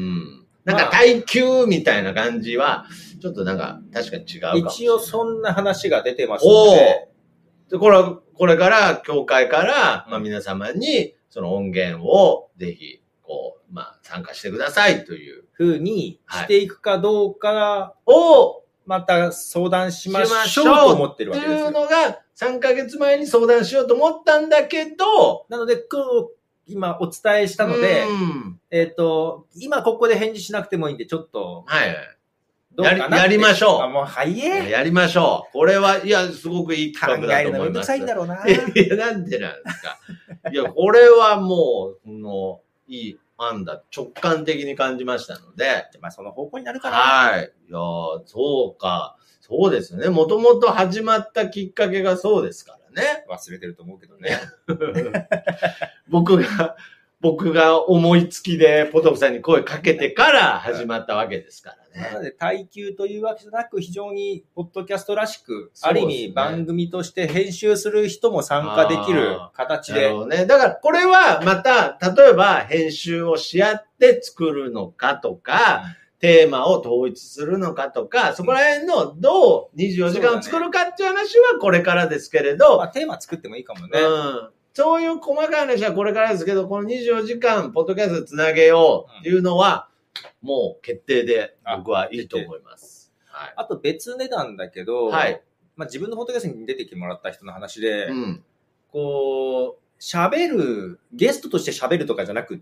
なんか耐久みたいな感じは、ちょっとなんか確かに違うかもしれない。 一応そんな話が出てますので。 で、これは、これから、協会から、まあ皆様に、その音源をぜひ、こう、まあ参加してくださいという。 ふうにしていくかどうかを、 また相談しましょうと思ってるわけです。 っていうのが、さんかげつまえに相談しようと思ったんだけど、 なので、こう、今お伝えしたので、えっと、今ここで返事しなくてもいいんで、ちょっと、 はい。 どうかなって。 やりましょう。 あ、もう、はいえ。 やりましょう。これは、いや、すごくいい企画だと思います。考えるのめんどくさいんだろうな。 いや、なんでなんですか。いや、これはもう、の、いい案だ。直感的に感じましたので。 まあ、その方向になるかな。 はい。いや、そうか。そうですね。もともと始まったきっかけがそうですからね。 忘れてると思うけどね。 僕が、僕が思いつきでポトフさんに声かけてから始まったわけですからね。 なので、耐久というわけじゃなく、非常にポッドキャストらしく、ある意味番組として編集する人も参加できる形で。 なるほどね。だから、これはまた、例えば編集をし合って作るのかとか、うん、テーマを統一するのかとか、そこら辺のどうにじゅうよじかんを作るかっていう話はこれからですけれど。 まあ、テーマ作ってもいいかもね。 うんそういう細かい話はこれからですけど、このにじゅうよじかん、ポッドキャストつなげようっていうのは、もう決定で僕はいいと思います。 はい、あと別値段だけど、はい、まあ、自分のポッドキャストに出てきてもらった人の話で、うん、こう、喋る、ゲストとして喋るとかじゃなくって、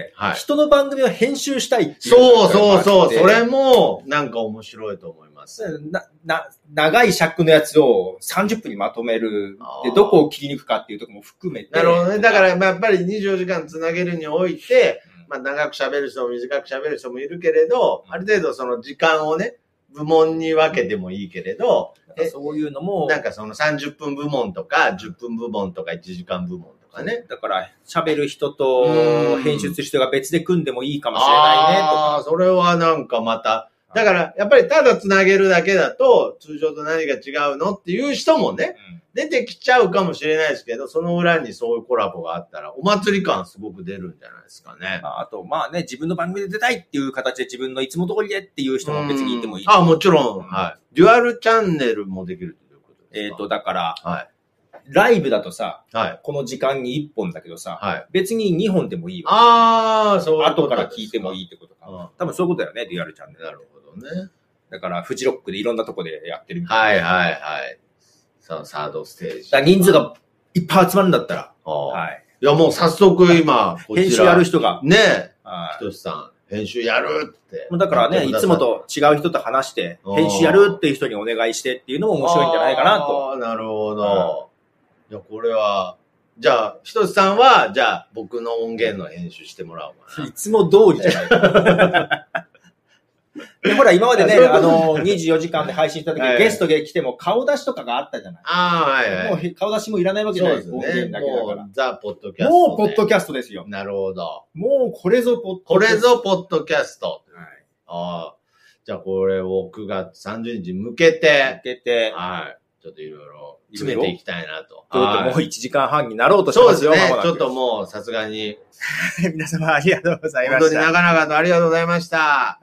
はい、人の番組を編集したいっていう。 そうそうそう、それもなんか面白いと思います。 な、な、長い尺のやつをさんじゅっぷんにまとめる。で、どこを切り抜くかっていうところも含めて。 なるほどね。だからやっぱりにじゅうよじかんつなげるにおいて、うん、まあ長く喋る人も短く喋る人もいるけれど、うん、ある程度その時間をね、部門に分けてもいいけれど、 そういうのも、 なんかそのさんじゅっぷん部門とか、じゅっぷん部門とかいちじかん部門とかね。 だから喋る人と編集する人が別で組んでもいいかもしれないねとか。 ああ、それはなんかまた、だからやっぱりただつなげるだけだと通常と何が違うのっていう人もね、うん、出てきちゃうかもしれないですけど、その裏にそういうコラボがあったらお祭り感すごく出るんじゃないですかね。 あとまあね、自分の番組で出たいっていう形で自分のいつも通りでっていう人も別にいてもいい。 ああ、もちろん、はい。デュアルチャンネルもできるということですか。 えっと、だから、はい。ライブだとさ、はい、この時間にいっぽんだけどさ、はい、別ににほんでもいいわ。 ああ、そういうこと後から聞いてもいいってことか。うん、多分そういうことだよね、デュアルチャンネル。 なるほどね。 だから、フジロックでいろんなとこでやってるみたいな。はいはいはい。そのサードステージ。 だ人数がいっぱい集まるんだったら。 はい。いやもう早速今、 こちら編集やる人が。 ねえ。はい。ひとしさん、編集やるって。 だからね、いつもと違う人と話して、編集やるっていう人にお願いしてっていうのも面白いんじゃないかなと。 ああ、なるほど。いや、これは、じゃあ、ひとしさんは、じゃあ、僕の音源の編集してもらおうかな。 いつも通りじゃないか。でほら、今までね、あの、にじゅうよじかんで配信した時に、はい、ゲストで来ても顔出しとかがあったじゃない。 ああ、はいはい。 もう顔出しもいらないわけじゃないですか。音源だけだから。 ザ・ポッドキャスト。 もう、ポッドキャストですよ。 なるほど。 もう、これぞ、ポッドキャスト。 これぞ、ポッドキャスト。はい。ああ。じゃあ、これをくがつさんじゅうにちに向けて。 向けて。 はい。ちょっといろいろ詰めていきたいなと。 ちょっともういちじかんはんになろうとしてますよ。 そうですね。ちょっともう、さすがに。 皆様ありがとうございました。 本当に長々とありがとうございました。